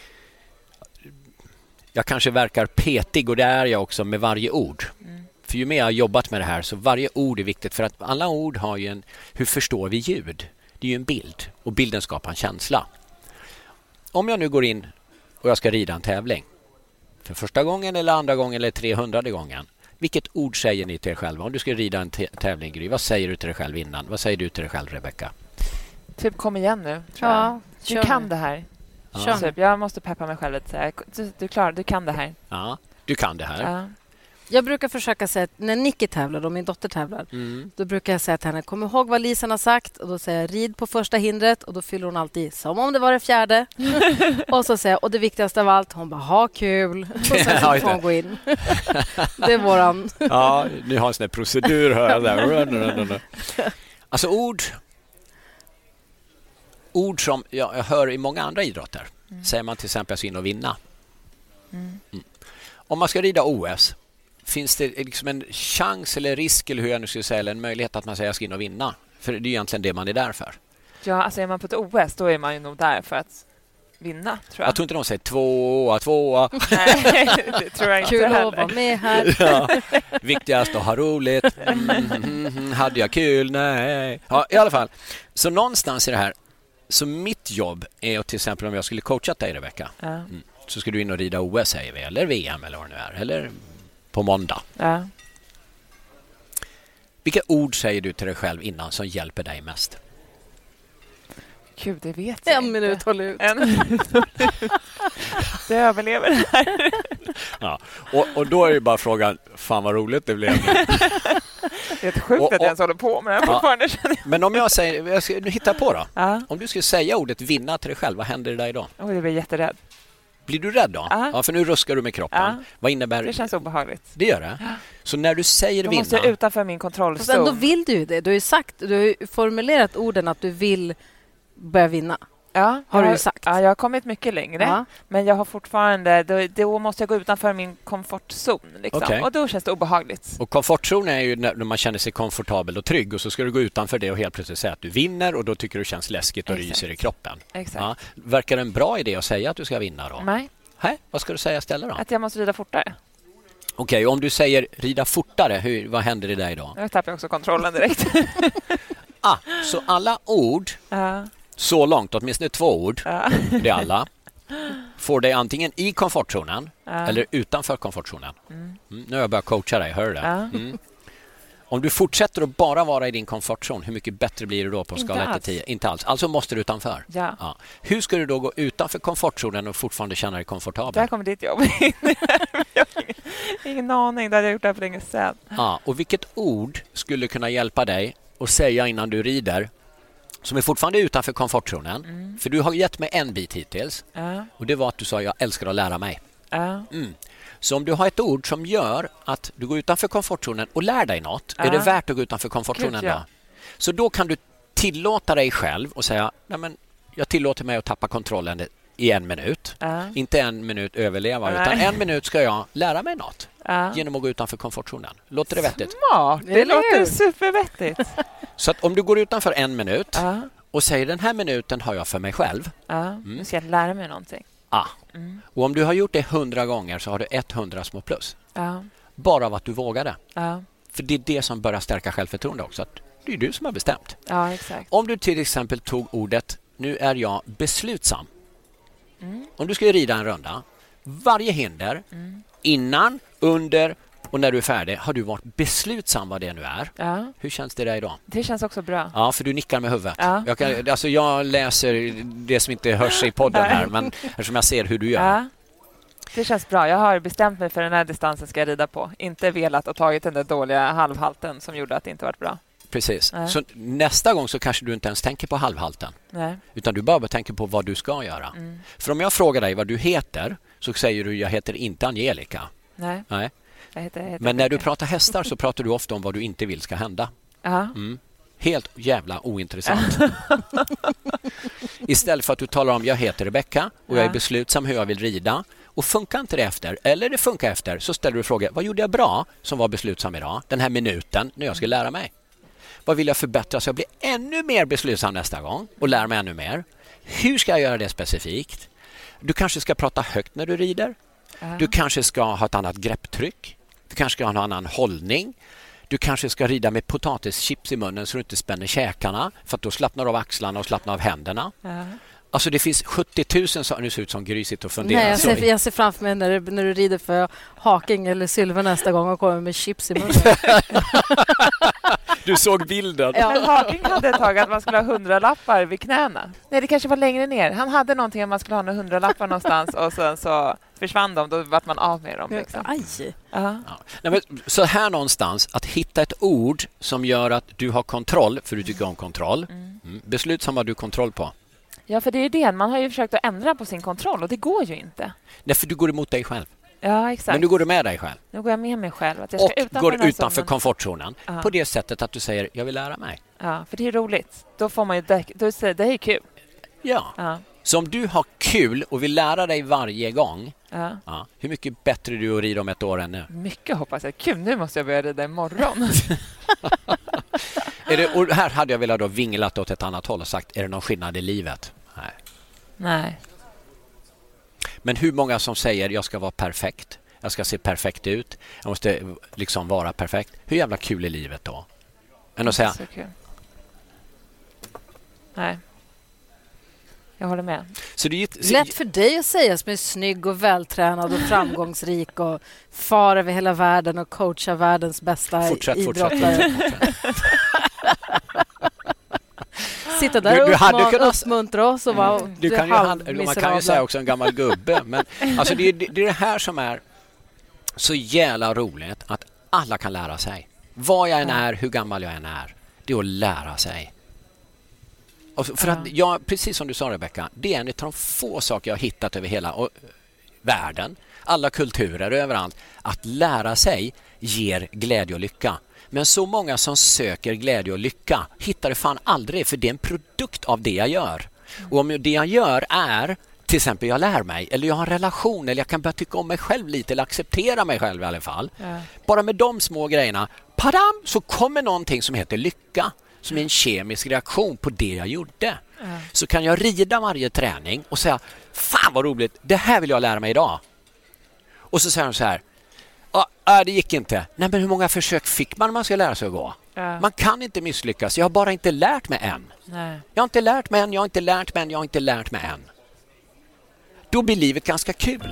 jag kanske verkar petig och det är jag också med varje ord. För ju mer jag har jobbat med det här så varje ord är viktigt för att alla ord har ju hur förstår vi ljud? Det är ju en bild och bilden skapar en känsla. Om jag nu går in och jag ska rida en tävling för första gången eller andra gången eller 300:e gången. Vilket ord säger ni till er själva? Om du ska rida en tävling, Gry, vad säger du till dig själv innan? Vad säger du till dig själv, Rebecka? Typ kom igen nu, tror jag. Du kan det här. Typ, jag måste peppa mig själv lite. Du klarar, du kan det här. Ja, du kan det här. Ja. Jag brukar försöka säga att när Nicky tävlar och min dotter tävlar, då brukar jag säga till henne, kom ihåg vad Lisen har sagt, och då säger jag rid på första hindret och då fyller hon alltid som om det var det 4:e. Och så säger jag, och det viktigaste av allt, hon bara, ha kul. Och sen så får hon gå in. Det är våran. Ja, ni har en sån här procedur, hör jag där. Alltså ord som jag hör i många andra idrotter. Säger man till exempel att jag ska in och vinna. Om man ska rida OS, finns det liksom en chans eller risk eller hur jag nu ska säga, eller en möjlighet att man säger att jag ska in och vinna? För det är egentligen det man är där för. Ja, alltså är man på ett OS då är man ju nog där för att vinna, tror jag. Jag tror inte de säger tvåa. Nej, det tror jag inte Kul heller. att vara med här. Ja. Viktigast att ha roligt. Hade jag kul? Nej. Ja, i alla fall. Så någonstans i det här, så mitt jobb är att till exempel om jag skulle coacha dig, Rebecka, så skulle du in och rida OS, säger vi, eller VM eller vad det nu är, eller på måndag. Ja. Vilka ord säger du till dig själv innan som hjälper dig mest? Gud, det vet jag En minut, håll ut. En minut. Det överlever det här. Ja. Och då är det bara frågan, fan vad roligt det blev. Det är sjukt att jag ens håller på med det här fortfarande. Men om jag säger, nu hittar på då. Ja. Om du skulle säga ordet vinna till dig själv, vad händer dig då? Jag blir jätterädd. Blir du rädd då? Ja, för nu ruskar du med kroppen. Ja. Vad innebär Det känns obehagligt. Det gör det? Så när du säger Då vinna... måste jag utanför min Fast kontrollzon. ändå vill du ju det. Du har ju formulerat orden att du vill börja vinna. Ja, Har du ju sagt. Ja, jag har kommit mycket längre. Ja. Men jag har fortfarande... Då måste jag gå utanför min komfortzon. Liksom. Okej. Och då känns det obehagligt. Och komfortzon är ju när man känner sig komfortabel och trygg, och så ska du gå utanför det och helt plötsligt säga att du vinner, och då tycker du det känns läskigt och ryser i kroppen. Exakt. Ja. Verkar det en bra idé att säga att du ska vinna då? Nej, Hej, vad ska du säga istället då? att jag måste rida fortare. Okej, om du säger rida fortare, vad händer i dig då? Jag tappar också kontrollen direkt. Så alla ord, så långt, åtminstone 2 ord, det är alla, får dig antingen i komfortzonen eller utanför komfortzonen. Nu har jag börjat coacha dig, hör du det? Om du fortsätter att bara vara i din komfortzon, hur mycket bättre blir du då på skala 1 till 10? Inte alls. Alltså måste du utanför. Ja. Hur ska du då gå utanför komfortzonen och fortfarande känna dig komfortabel? Där kommer ditt jobb in. Jag har ingen aning. Det hade jag gjort det här för länge sedan. Ja, och vilket ord skulle kunna hjälpa dig att säga innan du rider som är fortfarande utanför komfortzonen? För du har gett mig en bit hittills. Och det var att du sa jag älskar att lära mig. Så om du har ett ord som gör att du går utanför komfortzonen och lär dig något, är det värt att gå utanför komfortzonen då? Så då kan du tillåta dig själv och säga, nej men jag tillåter mig att tappa kontrollen i 1 minut. Inte 1 minut överleva, utan 1 minut ska jag lära mig något genom att gå utanför komfortzonen. Låter det vettigt? Smart, det låter supervettigt. Så att om du går utanför 1 minut och säger den här minuten har jag för mig själv. Nu ska jag lära mig någonting. Och om du har gjort det 100 gånger så har du 100 små plus. Bara av att du vågade. För det är det som börjar stärka självförtroende också. Att det är du som har bestämt. Ja, exakt. Om du till exempel tog ordet nu är jag beslutsam. Om du ska rida en runda, varje hinder innan, under och när du är färdig har du varit beslutsam vad det nu är. Hur känns det dig då? Det känns också bra. Ja, för du nickar med huvudet. Jag läser det som inte hörs i podden här, men eftersom jag ser hur du gör. Det känns bra. Jag har bestämt mig för den här distansen ska jag rida på. Inte velat och tagit den där dåliga halvhalten som gjorde att det inte varit bra. Precis. Så nästa gång så kanske du inte ens tänker på halvhalten. Utan du bara tänker på vad du ska göra. För om jag frågar dig vad du heter så säger du jag heter inte Angelica. Nej. Jag heter Men när du pratar hästar så pratar du ofta om vad du inte vill ska hända. Helt jävla ointressant. Istället för att du talar om jag heter Rebecka och jag är beslutsam hur jag vill rida. Och funkar inte det efter, eller det funkar efter, så ställer du frågan, vad gjorde jag bra som var beslutsam idag? Den här minuten när jag ska lära mig. Vad vill jag förbättra så jag blir ännu mer beslutsam nästa gång och lär mig ännu mer? Hur ska jag göra det specifikt? Du kanske ska prata högt när du rider. Du kanske ska ha ett annat grepptryck. Du kanske ska ha en annan hållning. Du kanske ska rida med potatischips i munnen så du inte spänner käkarna, för att då slappnar du av axlarna och slappnar av händerna. Alltså det finns 70 000 så nu ser ut som grysigt och funderar. Nej, jag ser framför mig när du rider för Haking eller Sylva nästa gång och kommer med chips i munnen. Du såg bilden. Men Haking hade ett tag att man skulle ha 100-lappar vid knäna. Nej, det kanske var längre ner. Han hade någonting att man skulle ha några 100-lappar någonstans och sen så försvann de. Då vart man av med dem. Liksom. Aj. Ja. Nej, men så här någonstans, att hitta ett ord som gör att du har kontroll, för du tycker om kontroll. Beslutsam har du kontroll på. Ja, för det är ju det. Man har ju försökt att ändra på sin kontroll och det går ju inte. Nej, för du går emot dig själv. Ja, exakt. Men nu går du med dig själv. Nu går jag med mig själv. Att jag ska och går utanför komfortzonen på det sättet att du säger, jag vill lära mig. Ja, för det är roligt. Då får man ju, det är ju kul. Ja. Så om du har kul och vill lära dig varje gång, hur mycket bättre är du att rida om ett år än nu? Mycket hoppas jag. Kul, nu måste jag börja rida imorgon. Och här hade jag velat då vinglat åt ett annat håll och sagt, är det någon skillnad i livet? Nej. Men hur många som säger jag ska vara perfekt, jag ska se perfekt ut, jag måste liksom vara perfekt. Hur jävla kul är livet då? Än att säga... Så kul. Nej. Jag håller med. Så det är lätt för dig att säga som är snygg och vältränad och framgångsrik och far över hela världen och coachar världens bästa idrottare. Sitta där och uppmuntra oss och vara man kan ju säga också en gammal gubbe. Men alltså det är det här som är så jävla roligt, att alla kan lära sig. Vad jag än är, hur gammal jag än är. Det är att lära sig. Och för att jag, precis som du sa, Rebecca, det är en av de få saker jag har hittat över hela världen, alla kulturer överallt, att lära sig ger glädje och lycka. Men så många som söker glädje och lycka hittar det fan aldrig, för det är en produkt av det jag gör. Och om det jag gör är, till exempel jag lär mig, eller jag har en relation, eller jag kan börja tycka om mig själv lite, eller acceptera mig själv i alla fall. Bara med de små grejerna, padam, så kommer någonting som heter lycka. Som är en kemisk reaktion på det jag gjorde. Så kan jag rida varje träning och säga, fan vad roligt, det här vill jag lära mig idag. Och så säger de så här, det gick inte. Nej, men hur många försök fick man när man ska lära sig att gå? Man kan inte misslyckas, jag har bara inte lärt mig än. Nej. Jag har inte lärt mig än, jag har inte lärt mig än, jag har inte lärt mig än. Då blir livet ganska kul.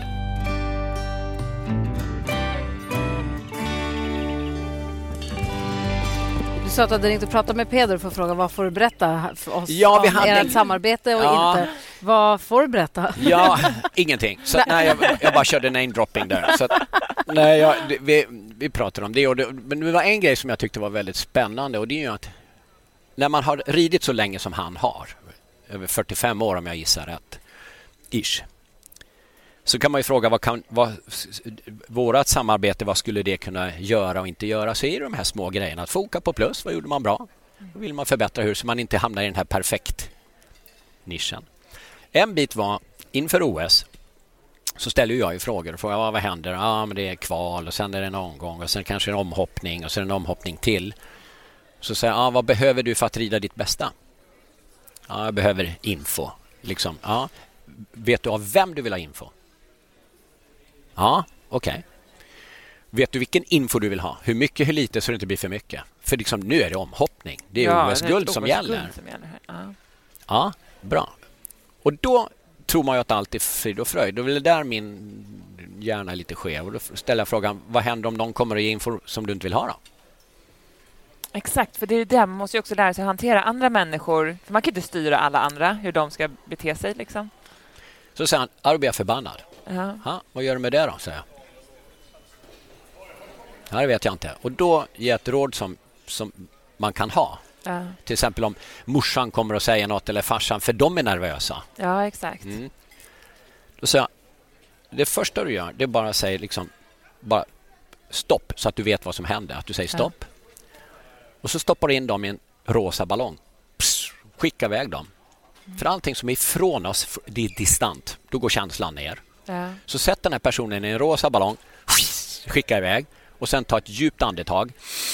Du sa att du hade inte pratat med Peder för att fråga vad får du berätta för oss om ert samarbete och inte. Vad får du berätta? Ja, ingenting. Så jag bara körde name-dropping där. Så att, vi pratade om det. Men det var en grej som jag tyckte var väldigt spännande, och det är ju att när man har ridit så länge som han har, över 45 år om jag gissar rätt, ish, så kan man ju fråga vårat samarbete, vad skulle det kunna göra och inte göra? Så är det de här små grejerna. Att foka på plus, vad gjorde man bra? Då vill man förbättra så man inte hamnar i den här perfekt nischen. En bit var inför OS, så ställer jag ju frågor och frågar vad händer? Men det är kval och sen är det en omgång och sen kanske en omhoppning och sen en omhoppning till. Så säger jag, vad behöver du för att rida ditt bästa? Jag behöver info. Liksom, vet du av vem du vill ha info? Okej. Vet du vilken info du vill ha? Hur mycket, hur lite, så det inte blir för mycket? För liksom, nu är det omhoppning. Det är OS-guld som gäller. Ja, bra. Och då tror man ju att allt är frid och fröjd. Då är det där min hjärna lite skev. Och då ställer jag frågan, vad händer om någon kommer att ge info som du inte vill ha då? Exakt, för det är det. Man måste ju också lära sig att hantera andra människor. För man kan inte styra alla andra, hur de ska bete sig liksom. Så säger han, då blir jag förbannad. Vad gör du med det då, säger jag. Det vet jag inte. Och då ger jag ett råd som man kan ha. Till exempel om morsan kommer att säga något, eller farsan, för de är nervösa. Ja, exakt. Då säger jag, det första du gör, det är bara att säga liksom, bara stopp, så att du vet vad som händer. Att du säger stopp. Och så stoppar du in dem i en rosa ballong. Skicka iväg dem. För allting som är ifrån oss, det är distant. Då går känslan ner. Så sätt den här personen i en rosa ballong, skicka iväg, och sen ta ett djupt andetag.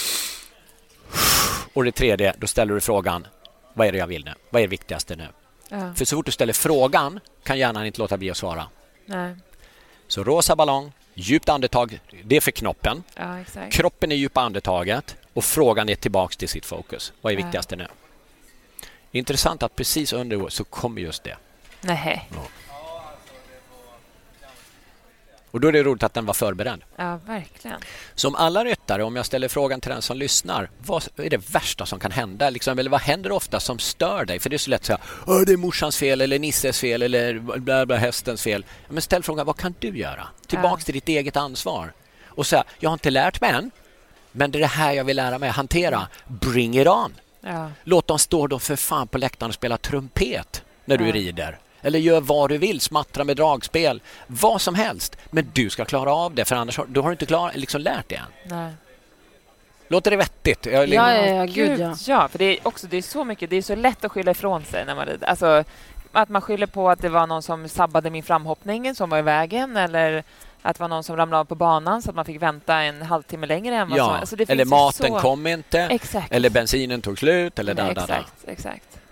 Och det tredje, då ställer du frågan, vad är det jag vill nu? Vad är det viktigaste nu? För så fort du ställer frågan kan hjärnan inte låta bli att svara. Så rosa ballong, djupt andetag, det är för knoppen. Exakt. Kroppen är djupa andetaget och frågan är tillbaks till sitt fokus. Vad är viktigaste nu? Intressant att precis under så kommer just det. Nej. Och då är det roligt att den var förberedd. Ja, verkligen. Som alla ryttare, om jag ställer frågan till den som lyssnar, vad är det värsta som kan hända? Liksom, eller vad händer ofta som stör dig? För det är så lätt att säga, det är morsans fel, eller Nisses fel, eller bla bla, hästens fel. Men ställ frågan, vad kan du göra? Tillbaks till ditt eget ansvar. Och säga, jag har inte lärt mig än, men det är det här jag vill lära mig att hantera. Bring it on! Låt dem stå då för fan på läktaren och spela trumpet när du rider. Eller gör vad du vill, smattra med dragspel, vad som helst. Men du ska klara av det, för annars har du inte lärt det än. Nej. Låter det vettigt? Ja, för det är så mycket, det är så lätt att skylla ifrån sig när man rider. Alltså, att man skyller på att det var någon som sabbade min framhoppning som var i vägen, eller att det var någon som ramlade av på banan så att man fick vänta en halvtimme längre än vad som... Alltså, det eller maten kom inte. Exakt. Eller bensinen tog slut. Eller exakt.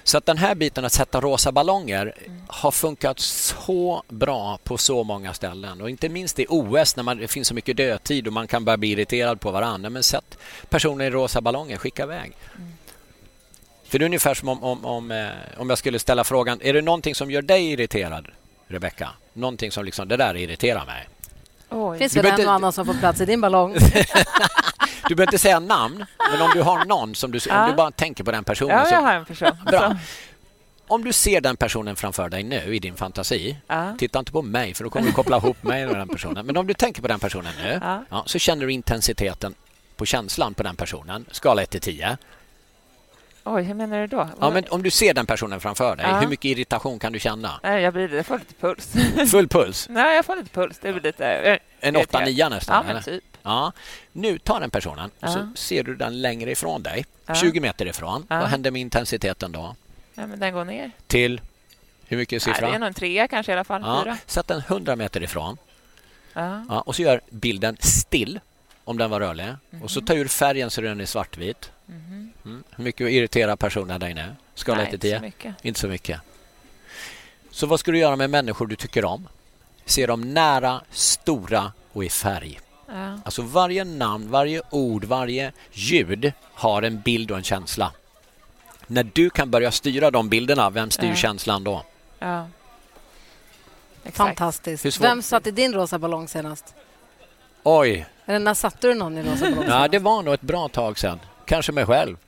Så att den här biten att sätta rosa ballonger har funkat så bra på så många ställen. Och inte minst i OS när det finns så mycket dödtid och man kan börja bli irriterad på varandra. Men sätt personer i rosa ballonger, skicka iväg. För det är ungefär som om jag skulle ställa frågan, är det någonting som gör dig irriterad, Rebecca? Någonting som liksom, det där irriterar mig. Finns det en och annan som får plats i din ballong? Du behöver inte säga namn, men om du har någon som om du bara tänker på den personen. Ja, jag har en person. Bra. Om du ser den personen framför dig nu i din fantasi, titta inte på mig för då kommer du koppla ihop mig med den personen. Men om du tänker på den personen nu, så känner du intensiteten på känslan på den personen. Skala 1-10. Oj, hur menar du då? Ja, men om du ser den personen framför dig, hur mycket irritation kan du känna? Nej, jag får lite puls. Full puls? Nej, jag får lite puls. Det är lite... En 8-9 nästan? Ja, men typ. Ja. Nu tar den personen och så ser du den längre ifrån dig. 20 meter ifrån. Vad händer med intensiteten då? Ja, men den går ner. Till? Hur mycket siffra? Nej, det är nog en 3 kanske i alla fall. 4. Sätt den 100 meter ifrån. Och så gör bilden still om den var rörlig. Och så tar ur färgen så den är svartvit. Hur mycket irriterar personen dig nu? Skala 1-10? Inte så mycket. Så vad ska du göra med människor du tycker om? Se dem nära, stora och i färg. Alltså varje namn, varje ord, varje ljud har en bild och en känsla. När du kan börja styra de bilderna, vem styr känslan då? Ja. Exakt. Fantastiskt. Vem satt i din rosa ballong senast? Oj. Eller när satte du någon i rosa ballong senast? Ja, det var nog ett bra tag sedan. Kanske mig själv.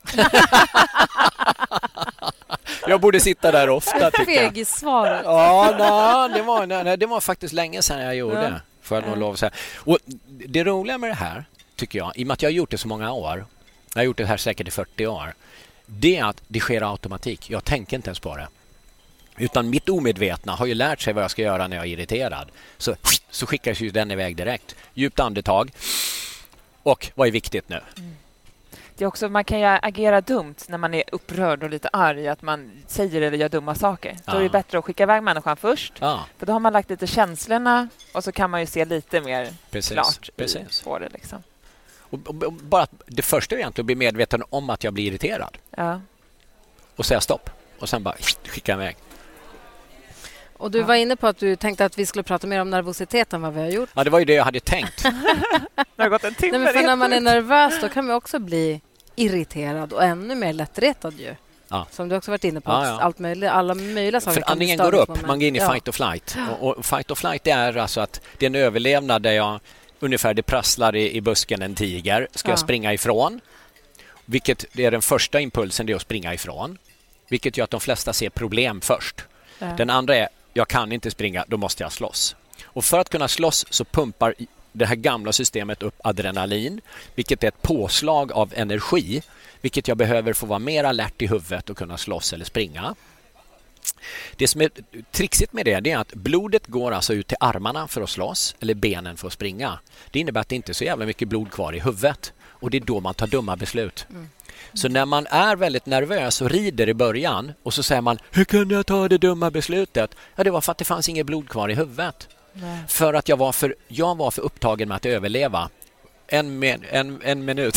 Jag borde sitta där ofta, tycker jag. Fegis-svaret. Ja, det var faktiskt länge sedan jag gjorde det. Får jag nog lov att säga. Och det roliga med det här, tycker jag, i och med att jag har gjort det så många år, jag har gjort det här säkert i 40 år, det är att det sker automatik. Jag tänker inte ens på det. Utan mitt omedvetna har ju lärt sig vad jag ska göra när jag är irriterad. Så skickas ju den iväg direkt. Djupt andetag. Och vad är viktigt nu? Det är också, man kan ju agera dumt när man är upprörd och lite arg, att man säger eller gör dumma saker. Då är det bättre att skicka iväg människan först. För då har man lagt lite känslorna och så kan man ju se lite mer klart på det. Liksom. Och bara det första är egentligen att bli medveten om att jag blir irriterad. Och säga stopp. Och sen bara skicka iväg. Och du var inne på att du tänkte att vi skulle prata mer om nervositet än vad vi har gjort. Ja, det var ju det jag hade tänkt. Det har gått en timme. Nej, men för när man är nervös då kan man också bli irriterad och ännu mer lättretad ju. Som du också varit inne på. Allt möjligt, alla möjliga saker. För andningen går upp, man går in i fight or flight. Och fight or flight är alltså att det är en överlevnad där jag ungefär det prasslar i busken en tiger. Ska jag springa ifrån? Vilket det är den första impulsen, det är att springa ifrån. Vilket gör att de flesta ser problem först. Den andra är, jag kan inte springa, då måste jag slåss. Och för att kunna slåss så pumpar det här gamla systemet upp adrenalin, vilket är ett påslag av energi, vilket jag behöver få vara mer alert i huvudet och kunna slåss eller springa. Det som är trixigt med det är att blodet går alltså ut till armarna för att slåss eller benen för att springa. Det innebär att det inte är så jävla mycket blod kvar i huvudet och det är då man tar dumma beslut. Så när man är väldigt nervös och rider i början och så säger man, hur kunde jag ta det dumma beslutet? Ja, det var för att det fanns inget blod kvar i huvudet. För att jag var för upptagen med att överleva. En minut.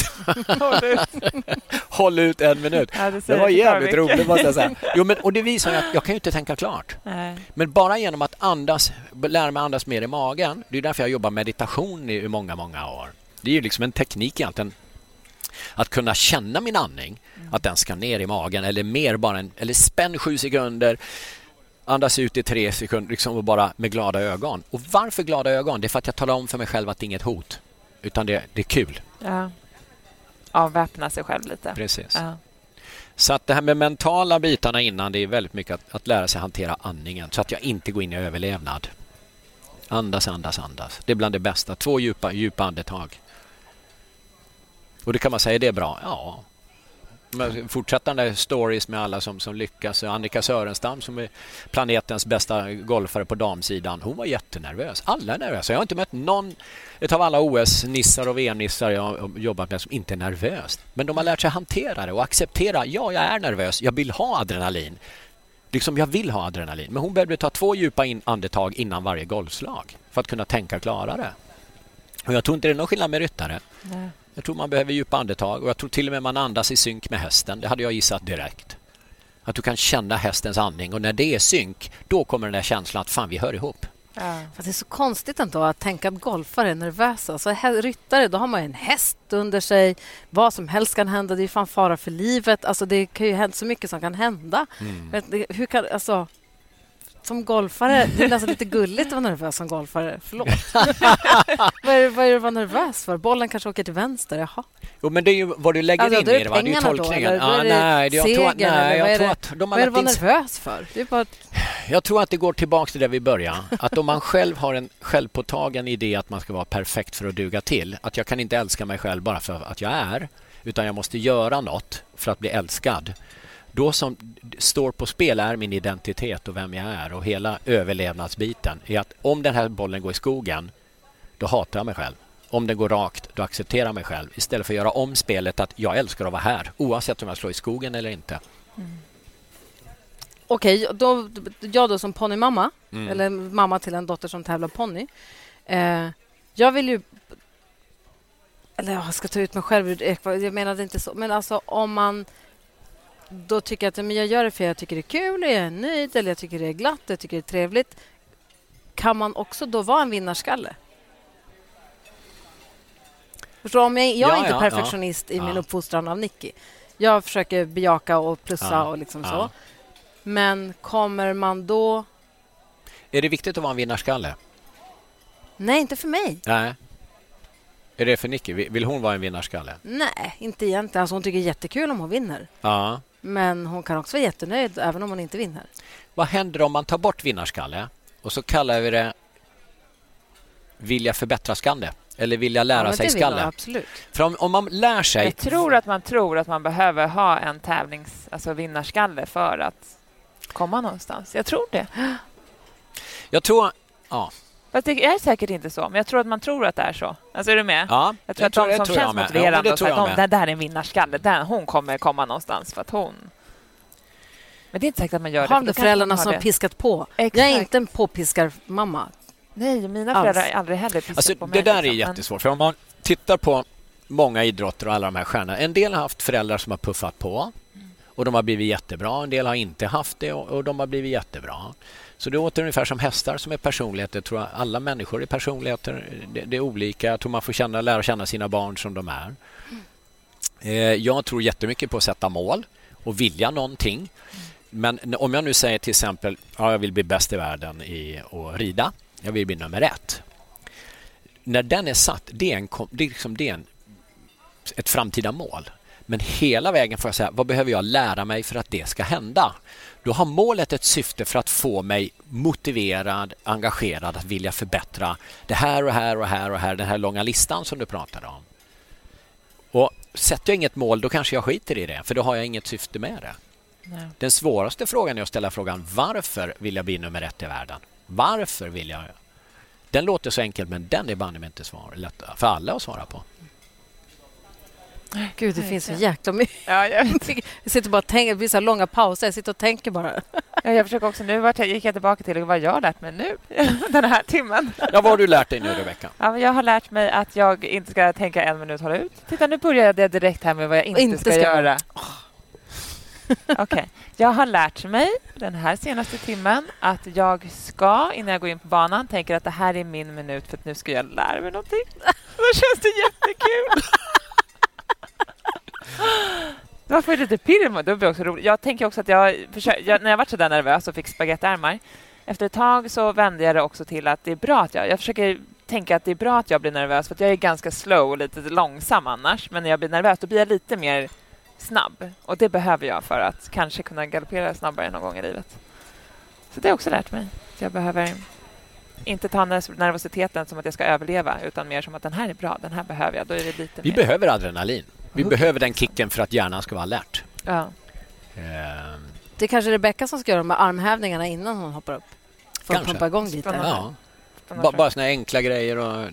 Håll ut 1 minut. Ja, det var jävligt roligt, måste jag säga. Jo, men, och det visar ju att jag kan ju inte tänka klart. Nej. Men bara genom att lära mig andas mer i magen. Det är därför jag jobbar meditation i många, många år. Det är ju liksom en teknik egentligen. Att kunna känna min andning. Att den ska ner i magen. Eller mer bara eller spänn 7 sekunder. Andas ut i 3 sekunder. Liksom och bara med glada ögon. Och varför glada ögon? Det är för att jag talar om för mig själv att det är inget hot. Utan det är kul. Ja. Avväpna sig själv lite. Precis. Ja. Så att det här med mentala bitarna innan, det är väldigt mycket att lära sig hantera andningen. Så att jag inte går in i överlevnad. Andas. Det är bland det bästa. 2 djupa andetag. Och det kan man säga, det är bra. Ja. Fortsättande stories med alla som lyckas. Annika Sörenstam som är planetens bästa golfare på damsidan. Hon var jättenervös. Alla är nervösa. Jag har inte mött någon av alla OS-nissar och VM-nissar jag har jobbat med som inte är nervös. Men de har lärt sig hantera det och acceptera. Ja, jag är nervös. Jag vill ha adrenalin. Liksom jag vill ha adrenalin. Men hon behövde ta 2 djupa andetag innan varje golfslag för att kunna tänka klarare. Och jag tror inte det är någon skillnad med ryttare. Nej. Jag tror man behöver djupa andetag och jag tror till och med man andas i synk med hästen. Det hade jag gissat direkt. Att du kan känna hästens andning och när det är synk, då kommer den där känslan att fan, vi hör ihop. Ja. Fast det är så konstigt ändå att tänka att golfare är nervösa. Så ryttare, då har man en häst under sig. Vad som helst kan hända. Det är fan fara för livet. Alltså, det kan ju hända så mycket som kan hända. Hur kan, alltså, som golfare, det är nästan lite gulligt att vara nervös som golfare. Förlåt. Vad är det att vara nervös för? Bollen kanske åker till vänster. Jaha. Jo, men det är ju vad du lägger in i det. Va? Det är ju tolkningen. Jag tror att de har vad är det att vara nervös för? Det är bara... Jag tror att det går tillbaka till där vi börjar. Att om man själv har en självpåtagen idé att man ska vara perfekt för att duga till. Att jag kan inte älska mig själv bara för att jag är. Utan jag måste göra något för att bli älskad. Då som står på spel är min identitet och vem jag är. Och hela överlevnadsbiten är att om den här bollen går i skogen, då hatar jag mig själv. Om den går rakt, då accepterar jag mig själv. Istället för att göra om spelet att jag älskar att vara här. Oavsett om jag slår i skogen eller inte. Okej, jag då som ponnymamma eller mamma till en dotter som tävlar ponny. Jag vill ju, eller jag ska ta ut mig själv, jag menade inte så, men alltså om man då tycker att men jag gör det för jag tycker det är kul, jag är nöjd eller jag tycker det är glatt, jag tycker det är trevligt, kan man också då vara en vinnarskalle? Förstår du? Om jag är inte perfektionist i min uppfostran av Nicky. Jag försöker bejaka och plussa och liksom så. Men kommer man då... Är det viktigt att vara en vinnarskalle? Nej, inte för mig. Nej. Är det för Nicky? Vill hon vara en vinnarskalle? Nej, inte egentligen. Alltså, hon tycker det är jättekul om hon vinner. Ja. Men hon kan också vara jättenöjd även om hon inte vinner. Vad händer om man tar bort vinnarskalle och så kallar vi det vilja förbättra skalle? Eller vilja lära sig skalle? Absolut. För om man lär sig... Jag tror att man behöver ha en alltså vinnarskalle för att komma någonstans. Jag tror det. Jag tror... Ja. Fast det är säkert inte så, men jag tror att man tror att det är så. Alltså är du med? Ja, jag tror att de som känns motiverande och att det där är en vinnarskalle. Hon kommer komma någonstans för att hon... Men det är inte säkert att man gör det. Har de föräldrarna som har piskat på? Exakt. Jag är inte en påpiskarmamma. Nej, mina föräldrar är aldrig heller piskat på mig. Det där är jättesvårt. För om man tittar på många idrotter och alla de här stjärnorna. En del har haft föräldrar som har puffat på. Och de har blivit jättebra. En del har inte haft det och de har blivit jättebra. Så det låter ungefär som hästar som är personligheter. Jag tror alla människor är personligheter. Det är olika. Jag tror man får lära känna sina barn som de är. Jag tror jättemycket på att sätta mål och vilja någonting. Men om jag nu säger till exempel jag vill bli bäst i världen i att rida. Jag vill bli nummer 1. När den är satt, det är ett framtida mål. Men hela vägen får jag säga, vad behöver jag lära mig för att det ska hända? Då har målet ett syfte för att få mig motiverad, engagerad att vilja förbättra det här och här och här och här, den här långa listan som du pratade om. Och sätter jag inget mål, då kanske jag skiter i det, för då har jag inget syfte med det. Nej. Den svåraste frågan är att ställa frågan, varför vill jag bli nummer 1 i världen? Varför vill jag? Den låter så enkel, men den är banne inte lätt för alla att svara på. Gud, det finns så jäkla mycket. Ja, jag sitter bara och tänker, det blir så långa pauser. Jag sitter och tänker bara. Ja, jag försöker också nu. Gick jag tillbaka till vad jag har lärt mig nu den här timmen. Ja, vad har du lärt dig nu, Rebecka? Ja, jag har lärt mig att jag inte ska tänka 1 minut hålla ut. Titta, nu börjar jag direkt här med vad jag inte ska göra. Okej. Jag har lärt mig den här senaste timmen att jag ska, innan jag går in på banan, tänka att det här är min minut för att nu ska jag lära mig någonting. Då känns det jättekul. Det var för lite pirr, det blir också roligt. Jag tänker också att när jag var så där nervös och fick spagettärmar, efter ett tag så vände jag det också till att det är bra att jag försöker tänka att det är bra att jag blir nervös, för att jag är ganska slow och lite långsam annars, men när jag blir nervös då blir jag lite mer snabb, och det behöver jag för att kanske kunna galoppera snabbare någon gång i livet. Så det har jag också lärt mig. Så jag behöver inte ta nervositeten som att jag ska överleva, utan mer som att den här är bra, den här behöver jag. Då är det lite Vi behöver adrenalin. Vi behöver den kicken för att hjärnan ska vara alert. Ja. Det är kanske Rebecka som ska göra med armhävningarna innan hon hoppar upp. För att pumpa igång lite. Ja. Bara såna enkla grejer. Och...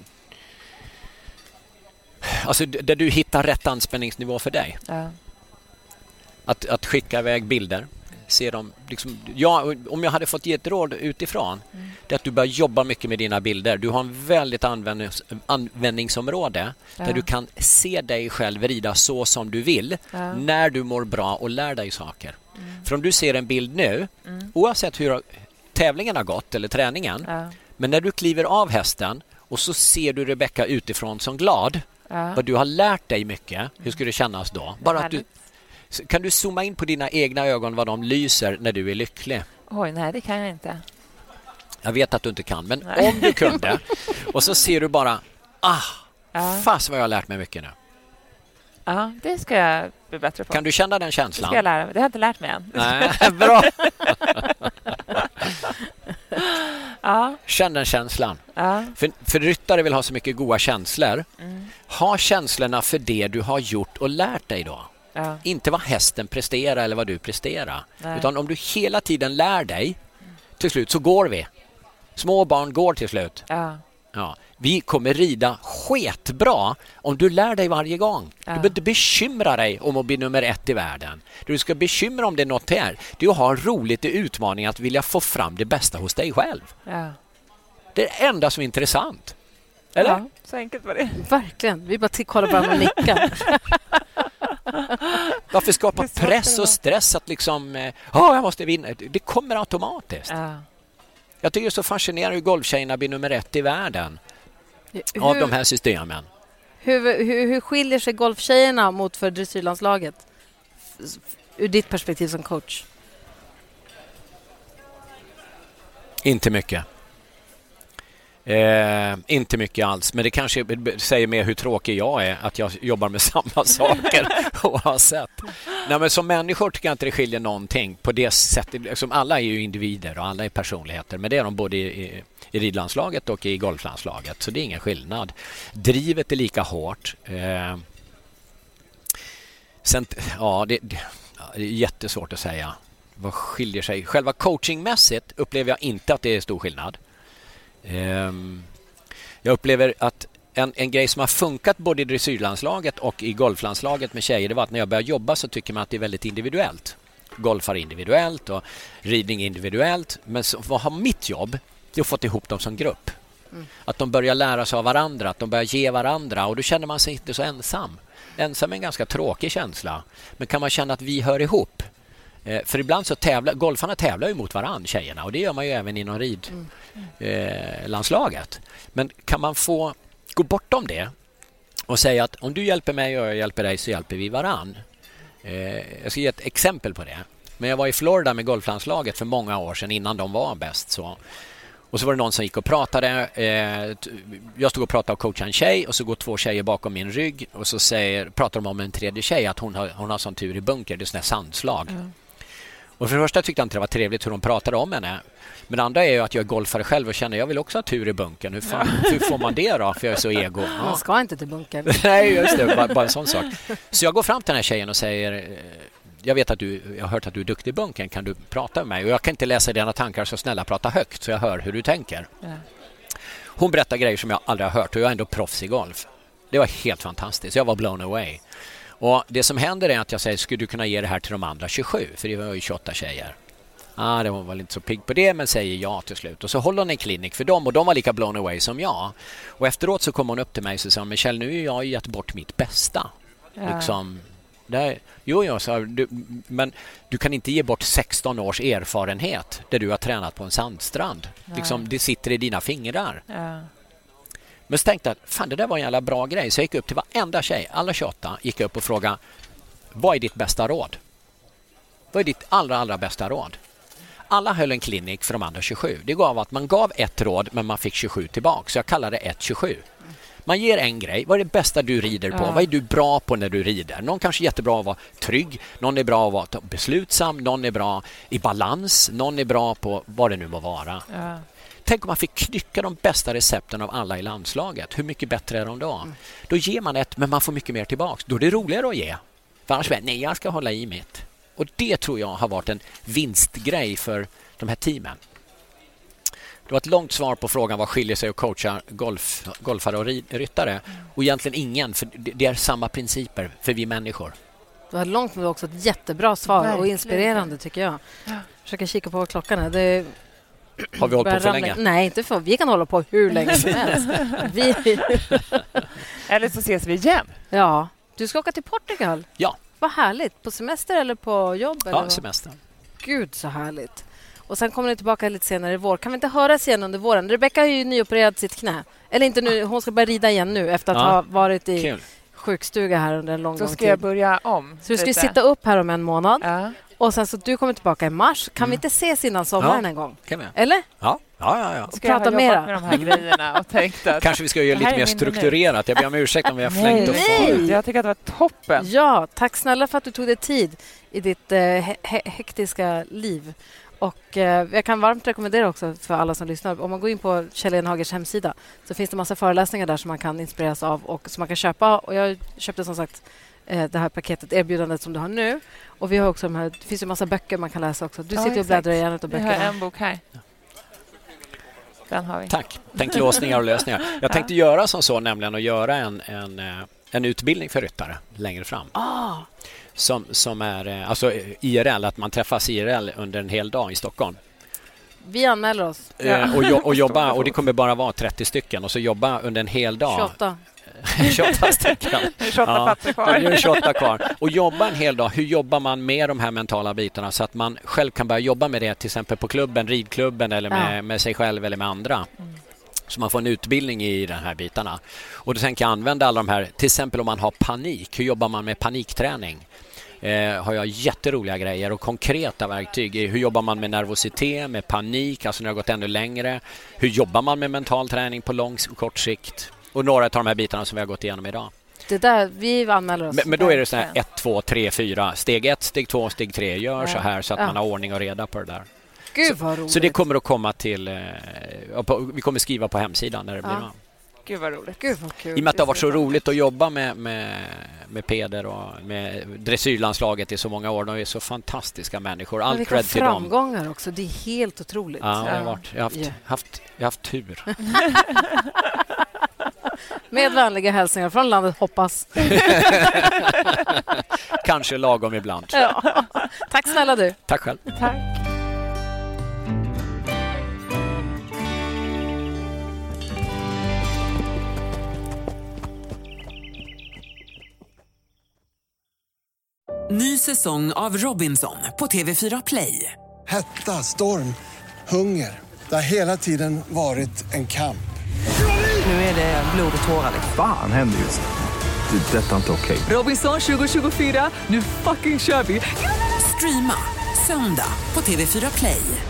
Alltså, där du hittar rätt anspänningsnivå för dig. Ja. Att skicka iväg bilder. Se dem, liksom, om jag hade fått ge ett råd utifrån, det är att du börjar jobba mycket med dina bilder. Du har en väldigt användningsområde där du kan se dig själv rida så som du vill när du mår bra och lär dig saker. För om du ser en bild nu, oavsett hur tävlingen har gått eller träningen, men när du kliver av hästen och så ser du Rebecca utifrån som glad, och du har lärt dig mycket, hur skulle det kännas då? Bara att kan du zooma in på dina egna ögon vad de lyser när du är lycklig? Oj, nej, det kan jag inte. Jag vet att du inte kan, men om du kunde. Och så ser du bara, fast vad jag har lärt mig mycket nu. Ja, det ska jag bli bättre på. Kan du känna den känslan? Det ska jag lära mig. Det har jag inte lärt mig än. Nej, bra. Ja. Känn den känslan. Ja. För ryttare vill ha så mycket goda känslor. Ha känslorna för det du har gjort och lärt dig då. Ja. Inte vad hästen presterar eller vad du presterar. Nej. Utan om du hela tiden lär dig, till slut så går vi. Små barn går till slut. Ja. Ja. Vi kommer rida sketbra om du lär dig varje gång. Du behöver inte bekymra dig om att bli nummer 1 i världen. Du ska bekymra om det är något här. Du har roligt i utmaning att vilja få fram det bästa hos dig själv. Ja. Det är det enda som är intressant. Eller? Ja, så enkelt var det. Verkligen. Vi bara kollar på varandra och nickar. Varför skapa press och stress att liksom, jag måste vinna. Det kommer automatiskt. Ja. Jag tycker det är så fascinerande hur golftjejerna blir nummer 1 i världen av de här systemen. Hur skiljer sig golftjejerna mot för dressyrlandslaget ur ditt perspektiv som coach? Inte mycket. Inte mycket alls, men det kanske säger mer hur tråkig jag är att jag jobbar med samma saker oavsett. Nej, men som människor tycker jag inte det skiljer någonting på det sättet. Liksom, alla är ju individer och alla är personligheter, men det är de både i ridlandslaget och i golflandslaget, så det är ingen skillnad. Drivet är lika hårt. Sen, det är jättesvårt att säga vad skiljer sig. Själva coachingmässigt upplever jag inte att det är stor skillnad. Jag upplever att en grej som har funkat både i dressyrlandslaget och i golflandslaget med tjejer, det var att när jag började jobba så tycker man att det är väldigt individuellt. Golfar individuellt och ridning individuellt. Men vad har mitt jobb? Det är att få ihop dem som grupp. Att de börjar lära sig av varandra, att de börjar ge varandra, och då känner man sig inte så ensam. Ensam är en ganska tråkig känsla. Men kan man känna att vi hör ihop? För ibland så golfarna tävlar ju mot varandra, tjejerna, och det gör man ju även inom ridlandslaget. Men kan man få gå bortom det och säga att om du hjälper mig och jag hjälper dig så hjälper vi varann. Jag ska ge ett exempel på det. Men jag var i Florida med golflandslaget för många år sedan innan de var bäst. Och så var det någon som gick och pratade. Jag stod och pratade och coachade en tjej, och så går 2 tjejer bakom min rygg och så pratar de om en tredje tjej att hon har sån tur i bunker. Det är sån här sandslag. Och för det första tyckte jag inte det var trevligt hur de pratade om henne. Men det andra är ju att jag är golfare själv och känner jag vill också ha tur i bunkern. Hur får man det då? För jag är så ego. Ja. Man ska inte till bunkern. Nej, just det. Bara en sån sak. Så jag går fram till den här tjejen och säger, jag vet att jag har hört att du är duktig i bunkern. Kan du prata med mig? Och jag kan inte läsa dina tankar, så snälla prata högt så jag hör hur du tänker. Ja. Hon berättar grejer som jag aldrig har hört, och jag är ändå proffs i golf. Det var helt fantastiskt. Jag var blown away. Och det som händer är att jag säger, skulle du kunna ge det här till de andra 27? För det var ju 28 tjejer. Det var väl inte så pigg på det, men säger ja till slut. Och så håller hon en klinik för dem, och de var lika blown away som jag. Och efteråt så kom hon upp till mig och sa, men Kjell, nu har jag gett bort mitt bästa. Ja. Liksom, men du kan inte ge bort 16 års erfarenhet där du har tränat på en sandstrand. Liksom, det sitter i dina fingrar. Ja. Men så tänkte jag, fan, det där var en jävla bra grej. Så jag gick upp till varenda tjej, alla 28, gick upp och frågade, vad är ditt bästa råd? Vad är ditt allra bästa råd? Alla höll en klinik för de andra 27. Det gav att man gav ett råd, men man fick 27 tillbaka. Så jag kallar det 1-27. Man ger en grej. Vad är det bästa du rider på? Vad är du bra på när du rider? Någon kanske är jättebra att vara trygg. Någon är bra att vara beslutsam. Någon är bra i balans. Någon är bra på vad det nu må vara. Ja. Tänk om man fick knycka de bästa recepten av alla i landslaget. Hur mycket bättre är de då? Då ger man ett, men man får mycket mer tillbaka. Då är det roligare att ge. För annars nej, jag ska hålla i mitt. Och det tror jag har varit en vinstgrej för de här teamen. Det var ett långt svar på frågan vad skiljer sig att coacha golfare och ryttare. Och egentligen ingen, för det är samma principer för vi människor. Det var långt, men också ett jättebra svar. Verkligen. Och inspirerande tycker jag. Jag försöker kika på vad klockan är. Har vi hållit på för länge? Nej, inte för. Vi kan hålla på hur länge som helst. Eller så ses vi igen. Ja. Du ska åka till Portugal. Ja. Vad härligt. På semester eller på jobb? Eller Ja, vad? semester. Gud, så härligt. Och sen kommer ni tillbaka lite senare i vår. Kan vi inte höras igen under våren? Rebecca har ju nyopererat sitt knä. Eller inte nu, hon ska börja rida igen nu efter att ha varit i Kul. sjukstuga här under en lång Så tid. ska jag börja om. Så du ska sitta upp här om en månad. Ja. Och sen så du kommer tillbaka i mars. Kan vi inte ses innan sommaren en gång? Kan vi? Eller? Ja. Ska jag Prata ha mera. jobbat med de här grejerna och tänkt att... Kanske vi ska göra Det här lite är mer min strukturerat. Jag ber om ursäkt om vi har flängt upp Nej. Jag tycker att det var toppen. Ja, tack snälla för att du tog dig tid i ditt hektiska liv. Och jag kan varmt rekommendera också för alla som lyssnar. Om man går in på Kjell Enhagers hemsida så finns det massa föreläsningar där som man kan inspireras av och som man kan köpa. Och jag köpte som sagt det här paketet, erbjudandet som du har nu. Och vi har också det finns ju massa böcker man kan läsa också. Du sitter och bläddrar i en av Vi böckerna. har en bok här. Den har vi. Tack. Tänk låsningar och lösningar. Jag tänkte göra som så, nämligen att göra en utbildning för ryttare längre fram. Som är alltså IRL, att man träffas IRL under en hel dag i Stockholm. Vi anmäler oss. Och jobba, och det kommer bara vara 30 stycken, och så jobba under en hel dag. 28. 28 stycken. 28 platser kvar. Det är 28 kvar. Och jobba en hel dag. Hur jobbar man med de här mentala bitarna så att man själv kan börja jobba med det, till exempel på klubben, ridklubben eller med sig själv eller med andra. Så man får en utbildning i de här bitarna. Och då tänker jag använda alla de här, till exempel om man har panik. Hur jobbar man med panikträning? Har jag jätteroliga grejer och konkreta verktyg. Hur jobbar man med nervositet, med panik, alltså när det har gått ännu längre. Hur jobbar man med mental träning på lång och kort sikt? Och några av de här bitarna som vi har gått igenom idag. Det där, vi anmäler oss. Men då är det så här 1, 2, 3, 4. Steg 1, steg 2, steg 3. Gör så här så att man har ordning och reda på det där. Gud, vad roligt. Så det kommer att komma till... vi kommer skriva på hemsidan när det blir av. Gud vad roligt. Gud, vad kul. I och med att det har varit så roligt att jobba med Peder och med dressyrlandslaget i så många år. De är så fantastiska människor. All cred till dem. Framgångar också. Det är helt otroligt. Ja, jag har haft tur. Med vänliga hälsningar från landet, hoppas. Kanske lagom ibland. Ja. Tack snälla du. Tack själv. Tack. Ny säsong av Robinson på TV4 Play. Hetta, storm, hunger. Det har hela tiden varit en kamp. Nu är det blod och tårar. Fan händer just det. Det är detta inte okej. Robinson 2024, nu fucking kör vi. Streama söndag på TV4 Play.